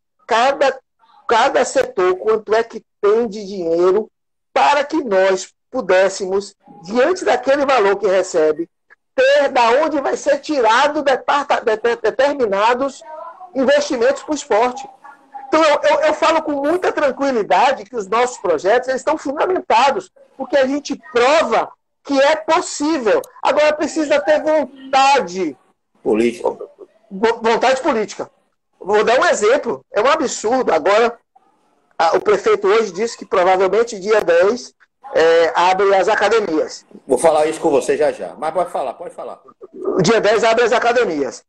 cada setor quanto é que tem de dinheiro para que nós pudéssemos, diante daquele valor que recebe, ter da onde vai ser tirado determinados investimentos para o esporte. Então, eu falo com muita tranquilidade que os nossos projetos eles estão fundamentados, porque a gente prova que é possível. Agora, precisa ter vontade política. Vontade política. Vou dar um exemplo. É um absurdo. Agora, o prefeito hoje disse que provavelmente dia 10 abre as academias. Vou falar isso com você já já. Mas pode falar. O dia 10 abre as academias.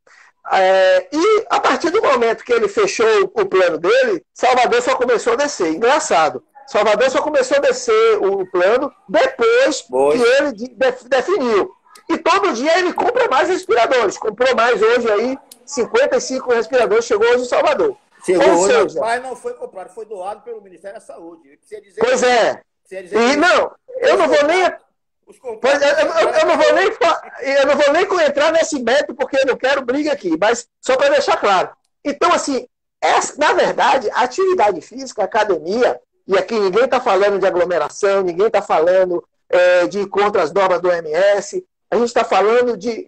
E a partir do momento que ele fechou o plano dele, Salvador só começou a descer. Engraçado. Salvador só começou a descer o plano depois que ele definiu. E todo dia ele compra mais respiradores. Comprou mais hoje aí, 55 respiradores, chegou hoje em Salvador. Hoje, mas não foi comprado, foi doado pelo Ministério da Saúde. Pois é. E não, eu não vou nem... Eu não vou nem entrar nesse método, porque eu não quero briga aqui, mas só para deixar claro. Então, assim, na verdade, a atividade física, a academia, e aqui ninguém está falando de aglomeração, ninguém está falando de ir contra as normas do OMS, a gente está falando de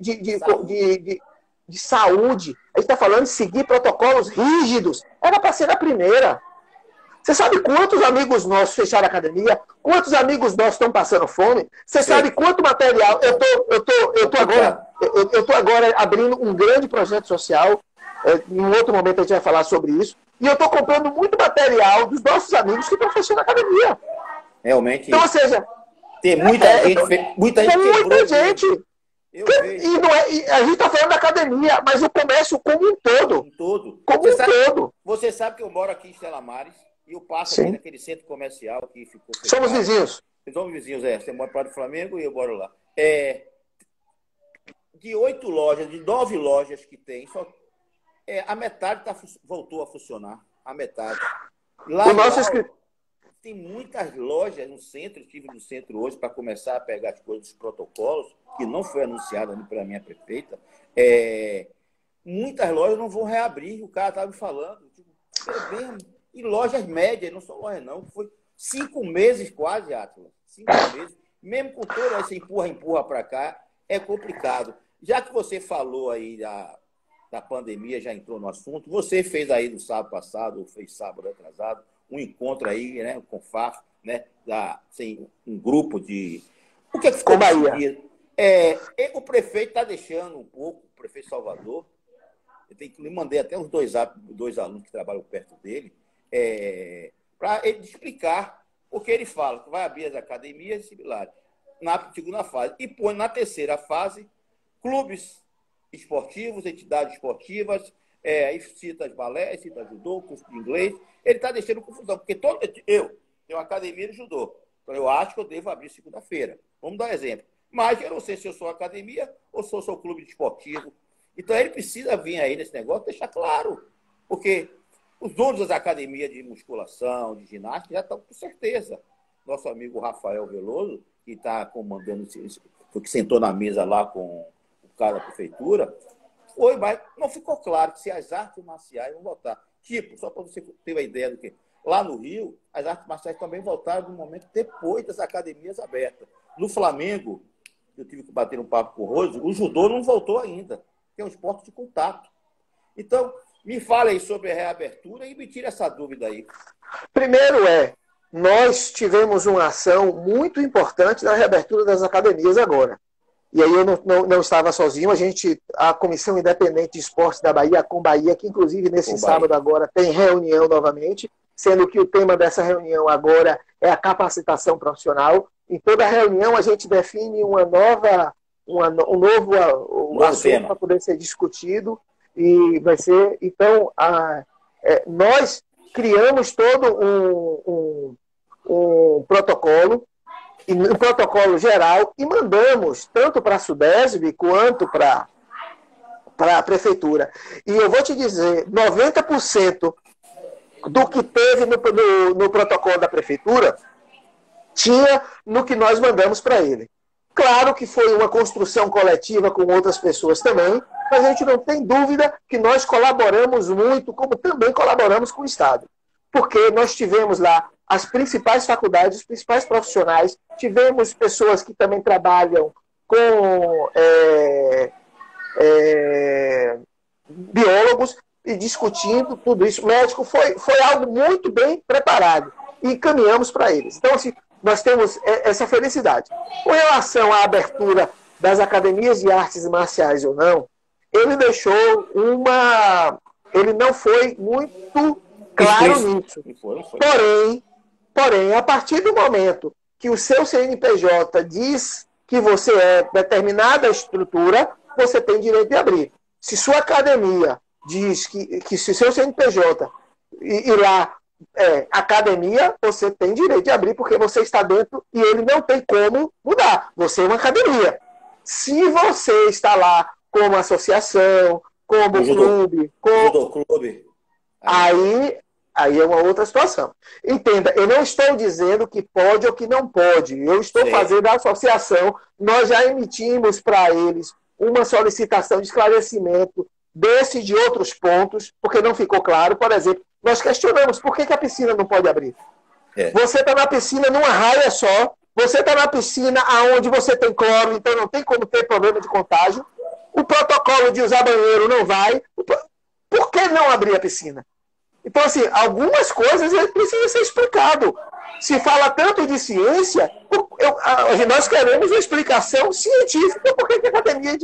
saúde, a gente está falando de seguir protocolos rígidos. Era para ser a primeira. Você sabe quantos amigos nossos fecharam a academia? Quantos amigos nossos estão passando fome? Você sabe quanto material? Eu tô agora abrindo um grande projeto social. Em outro momento a gente vai falar sobre isso. E eu estou comprando muito material dos nossos amigos que estão fechando a academia. Realmente. Então, ou seja, tem muita gente. Muita gente. E a gente está falando da academia, mas o comércio como um todo. Você sabe que eu moro aqui em Estela Maris e eu passo aqui naquele centro comercial que ficou fechado. Somos vizinhos. Somos vizinhos, Você mora para o Flamengo e eu moro lá. De 8 lojas, de 9 lojas que tem, a metade voltou a funcionar. A metade. Lá tem muitas lojas no centro, estive no centro hoje para começar a pegar as coisas dos protocolos, que não foi anunciado ali pela minha prefeita. Muitas lojas não vão reabrir, o cara estava me falando. E lojas médias, não são lojas não, foi 5 meses quase, Átila. 5 meses. Mesmo com toda essa empurra para cá, é complicado. Já que você falou aí da pandemia, já entrou no assunto, você fez aí no sábado passado, ou fez sábado atrasado, um encontro aí, né, com o FAF, né, um grupo de... O que é que ficou Bahia? O prefeito está deixando um pouco, o prefeito Salvador, eu mandei até os dois alunos que trabalham perto dele, para ele explicar o que ele fala, que vai abrir as academias similares na segunda fase. E põe na terceira fase clubes esportivos, entidades esportivas, aí cita balé, cita judô, curso de inglês. Ele está deixando confusão, porque eu tenho uma academia de judô, então eu acho que eu devo abrir segunda-feira. Vamos dar um exemplo. Mas eu não sei se eu sou academia ou se eu sou clube esportivo. Então ele precisa vir aí nesse negócio, deixar claro, porque os donos das academias de musculação, de ginástica, já estão com certeza. Nosso amigo Rafael Veloso, que está comandando, que sentou na mesa lá com o cara da prefeitura, mas não ficou claro que se as artes marciais vão voltar. Tipo, só para você ter uma ideia do que... Lá no Rio, as artes marciais também voltaram no momento depois das academias abertas. No Flamengo, eu tive que bater um papo com o Rose, o judô não voltou ainda, que é um esporte de contato. Então, me fale aí sobre a reabertura e me tire essa dúvida aí. Primeiro nós tivemos uma ação muito importante na reabertura das academias agora. E aí eu não estava sozinho, a Comissão Independente de Esportes da Bahia, a Combahia, que inclusive nesse sábado agora tem reunião novamente, sendo que o tema dessa reunião agora é a capacitação profissional. Em toda reunião a gente define um novo assunto para poder ser discutido e vai ser... Então, nós criamos todo um protocolo, um protocolo geral, e mandamos tanto para a SUDESB quanto para a Prefeitura. E eu vou te dizer, 90% do que teve no protocolo da Prefeitura tinha no que nós mandamos para ele. Claro que foi uma construção coletiva com outras pessoas também, mas a gente não tem dúvida que nós colaboramos muito, como também colaboramos com o Estado. Porque nós tivemos lá as principais faculdades, os principais profissionais, tivemos pessoas que também trabalham com biólogos e discutindo tudo isso. Médico foi algo muito bem preparado e encaminhamos para eles. Então, assim, nós temos essa felicidade. Com relação à abertura das academias de artes marciais ou não, ele deixou ele não foi muito claro nisso. Porém, a partir do momento que o seu CNPJ diz que você é determinada estrutura, você tem direito de abrir. Se sua academia diz que se o seu CNPJ ir lá academia, você tem direito de abrir porque você está dentro e ele não tem como mudar. Você é uma academia. Se você está lá como associação, como clube, aí é uma outra situação. Entenda, eu não estou dizendo que pode ou que não pode. Eu estou fazendo a associação. Nós já emitimos para eles uma solicitação de esclarecimento desse e de outros pontos, porque não ficou claro. Por exemplo, nós questionamos por que a piscina não pode abrir. Você está na piscina numa raia só, você está na piscina onde você tem cloro, então não tem como ter problema de contágio. O protocolo de usar banheiro não vai. Por que não abrir a piscina? Então, assim, algumas coisas precisam ser explicado. Se fala tanto de ciência, nós queremos uma explicação científica por que a academia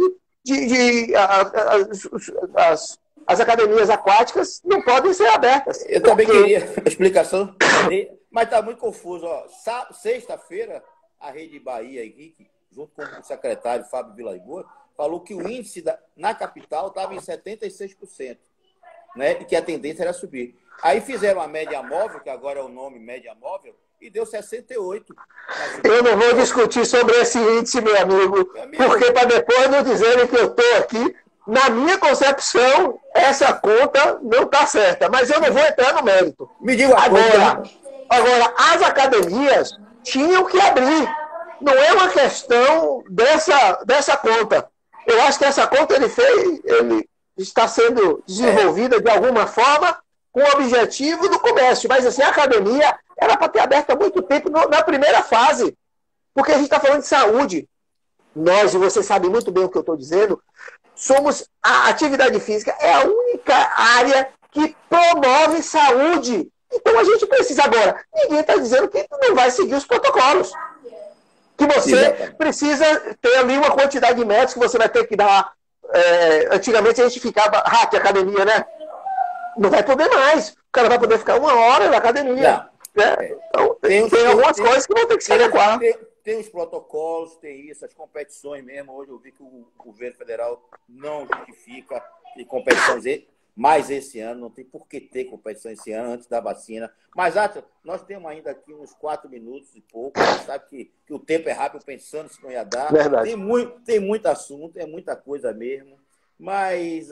as academias aquáticas não podem ser abertas. Eu também queria a explicação, mas está muito confuso. Sexta-feira, a Rede Bahia Henrique, junto com o secretário Fábio Villaboa, falou que o índice na capital estava em 76%. Né, e que a tendência era subir. Aí fizeram a média móvel, que agora é o nome média móvel, e deu 68. Eu não vou discutir sobre esse índice, meu amigo, porque para depois não dizerem que eu estou aqui, na minha concepção, essa conta não está certa, mas eu não vou entrar no mérito. Me diga agora, as academias tinham que abrir. Não é uma questão dessa conta. Eu acho que essa conta ele está sendo desenvolvida de alguma forma com o objetivo do comércio. Mas assim, a academia era para ter aberto há muito tempo na primeira fase. Porque a gente está falando de saúde. Nós, e você sabe muito bem o que eu estou dizendo, a atividade física é a única área que promove saúde. Então a gente precisa agora. Ninguém está dizendo que não vai seguir os protocolos. Que você precisa ter ali uma quantidade de metros que você vai ter que dar. Antigamente a gente ficava hack academia, né? Não vai poder mais. O cara vai poder ficar 1 hora na academia. Né? Então, tem algumas coisas que vão ter que se adequar. Tem os protocolos, tem isso, as competições mesmo. Hoje eu vi que o governo federal não justifica de competições mais esse ano. Não tem por que ter competição esse ano antes da vacina. Mas, Átila, nós temos ainda aqui uns 4 minutos e pouco. A gente sabe que o tempo é rápido, pensando se não ia dar. Verdade. Tem muito assunto, é muita coisa mesmo. Mas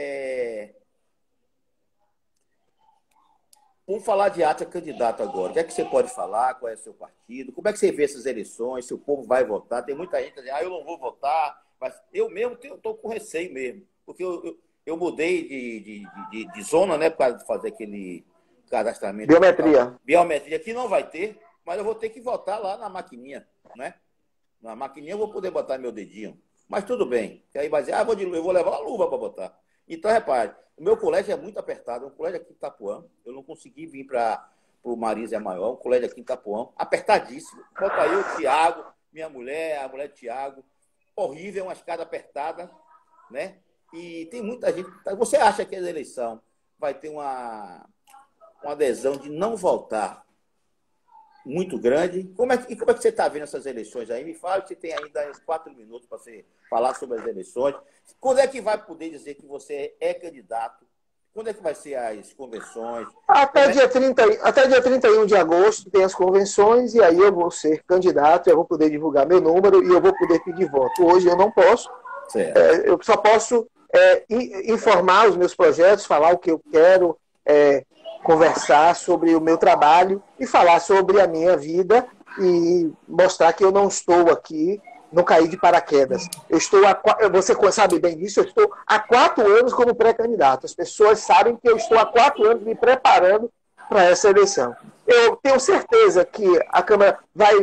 vamos falar de Átila candidato agora. O que é que você pode falar? Qual é o seu partido? Como é que você vê essas eleições? Se o povo vai votar? Tem muita gente dizendo, eu não vou votar. Mas eu mesmo estou com receio mesmo. Porque eu mudei de zona, né? Para fazer aquele cadastramento. Biometria. Biometria que não vai ter, mas eu vou ter que votar lá na maquininha, né? Na maquininha eu vou poder botar meu dedinho. Mas tudo bem. E aí vai dizer, eu vou levar uma luva para botar. Então, repare, o meu colégio é muito apertado. É um colégio aqui em Itapuã. Eu não consegui vir para o Marisa Maior, um colégio aqui em Itapuã. Apertadíssimo. Bota eu, o Tiago, minha mulher, a mulher do Tiago. Horrível, uma escada apertada, né? E tem muita gente... Você acha que a eleição vai ter uma adesão de não votar muito grande? Como é que você está vendo essas eleições aí? Me fala, que você tem ainda uns 4 minutos para você falar sobre as eleições. Quando é que vai poder dizer que você é candidato? Quando é que vai ser as convenções? Até dia 31 de agosto tem as convenções e aí eu vou ser candidato, eu vou poder divulgar meu número e eu vou poder pedir voto. Hoje eu não posso. Eu só posso informar os meus projetos, falar o que eu quero, conversar sobre o meu trabalho e falar sobre a minha vida e mostrar que eu não estou aqui, não caí de paraquedas. Você sabe bem disso, eu estou há 4 anos como pré-candidato. As pessoas sabem que eu estou há 4 anos me preparando para essa eleição. Eu tenho certeza que a Câmara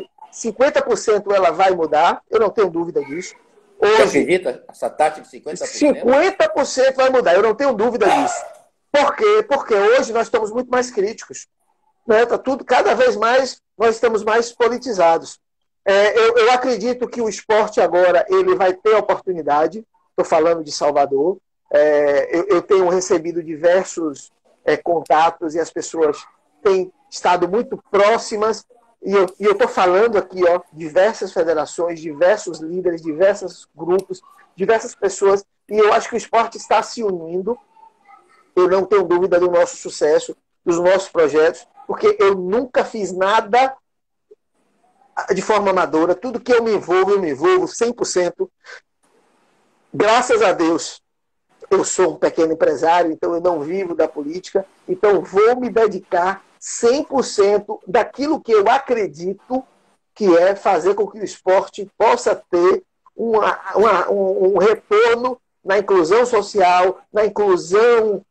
50% ela vai mudar, eu não tenho dúvida disso. Hoje, você acredita? Essa taxa de 50%? 50% vai mudar, eu não tenho dúvida disso. Por quê? Porque hoje nós estamos muito mais críticos. Né? Tá tudo, cada vez mais nós estamos mais politizados. Eu acredito que o esporte agora ele vai ter oportunidade. Estou falando de Salvador. Eu tenho recebido diversos contatos e as pessoas têm estado muito próximas. E eu estou falando aqui, diversas federações, diversos líderes, diversos grupos, diversas pessoas. E eu acho que o esporte está se unindo. Eu não tenho dúvida do nosso sucesso, dos nossos projetos, porque eu nunca fiz nada de forma amadora. Tudo que eu me envolvo 100%. Graças a Deus, eu sou um pequeno empresário, então eu não vivo da política, então vou me dedicar 100% daquilo que eu acredito que é fazer com que o esporte possa ter um retorno na inclusão social, na inclusão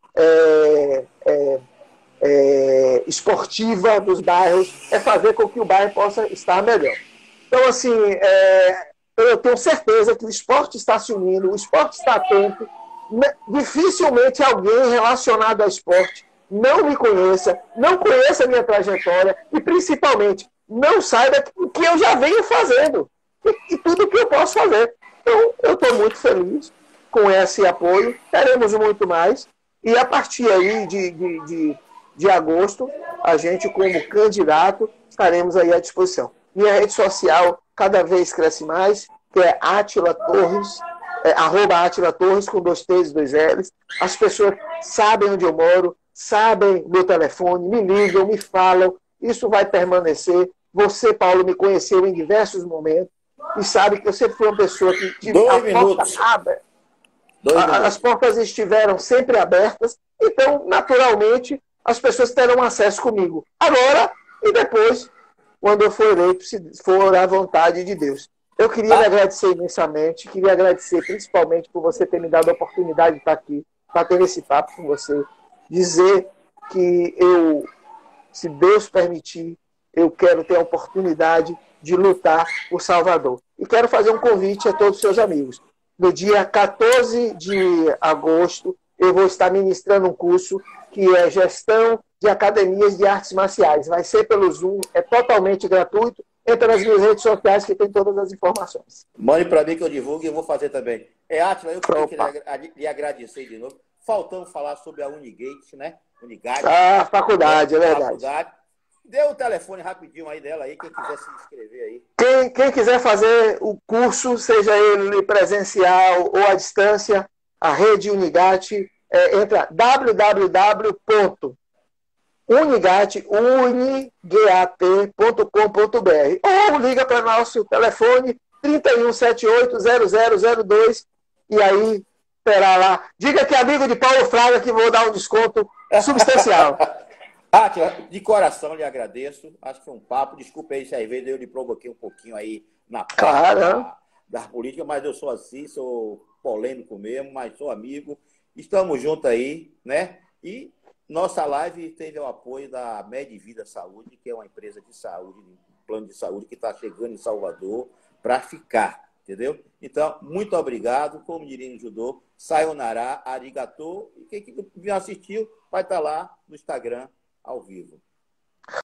esportiva dos bairros, fazer com que o bairro possa estar melhor. Então, assim, eu tenho certeza que o esporte está se unindo, o esporte está atento. Dificilmente alguém relacionado ao esporte não me conheça, não conheça a minha trajetória e, principalmente, não saiba o que eu já venho fazendo e tudo o que eu posso fazer. Então, eu estou muito feliz com esse apoio, teremos muito mais e a partir aí de agosto, a gente, como candidato, estaremos aí à disposição. Minha rede social cada vez cresce mais, que é Átila Torres, @Átila Torres, com 2 T's e 2 L's. As pessoas sabem onde eu moro, sabem meu telefone, me ligam, me falam. Isso vai permanecer. Você, Paulo, me conheceu em diversos momentos e sabe que eu sempre fui uma pessoa que tive a porta aberta. As portas estiveram sempre abertas, então, naturalmente, as pessoas terão acesso comigo. Agora e depois, quando eu for eleito, se for à vontade de Deus. Eu queria lhe agradecer imensamente, queria agradecer principalmente por você ter me dado a oportunidade de estar aqui, para ter esse papo com você, dizer que eu, se Deus permitir, eu quero ter a oportunidade de lutar por Salvador. E quero fazer um convite a todos os seus amigos. No dia 14 de agosto, eu vou estar ministrando um curso que é Gestão de Academias de Artes Marciais. Vai ser pelo Zoom, é totalmente gratuito. Entra nas minhas redes sociais que tem todas as informações. Mande para mim que eu divulgue e eu vou fazer também. Átila, eu queria lhe agradecer de novo. Faltando falar sobre a Unigate, né? Unigate. Faculdade, é verdade. Faculdade. Dê o telefone rapidinho aí dela aí, quem quiser se inscrever aí. Quem quiser fazer o curso, seja ele presencial ou à distância, a rede Unigate, entra www.unigat.com.br ou liga para nosso telefone 31780002 e aí terá lá. Diga que é amigo de Paulo Fraga que vou dar um desconto substancial. De coração lhe agradeço. Acho que foi um papo. Desculpa aí se às vezes eu lhe provoquei um pouquinho aí na parte da política, mas eu sou assim, sou polêmico mesmo, mas sou amigo. Estamos juntos aí, né? E nossa live teve o apoio da Medvida Saúde, que é uma empresa de saúde, um plano de saúde que está chegando em Salvador para ficar, entendeu? Então, muito obrigado. Como diria no judô, sayonara, arigato. E quem não assistiu vai estar lá no Instagram ao vivo.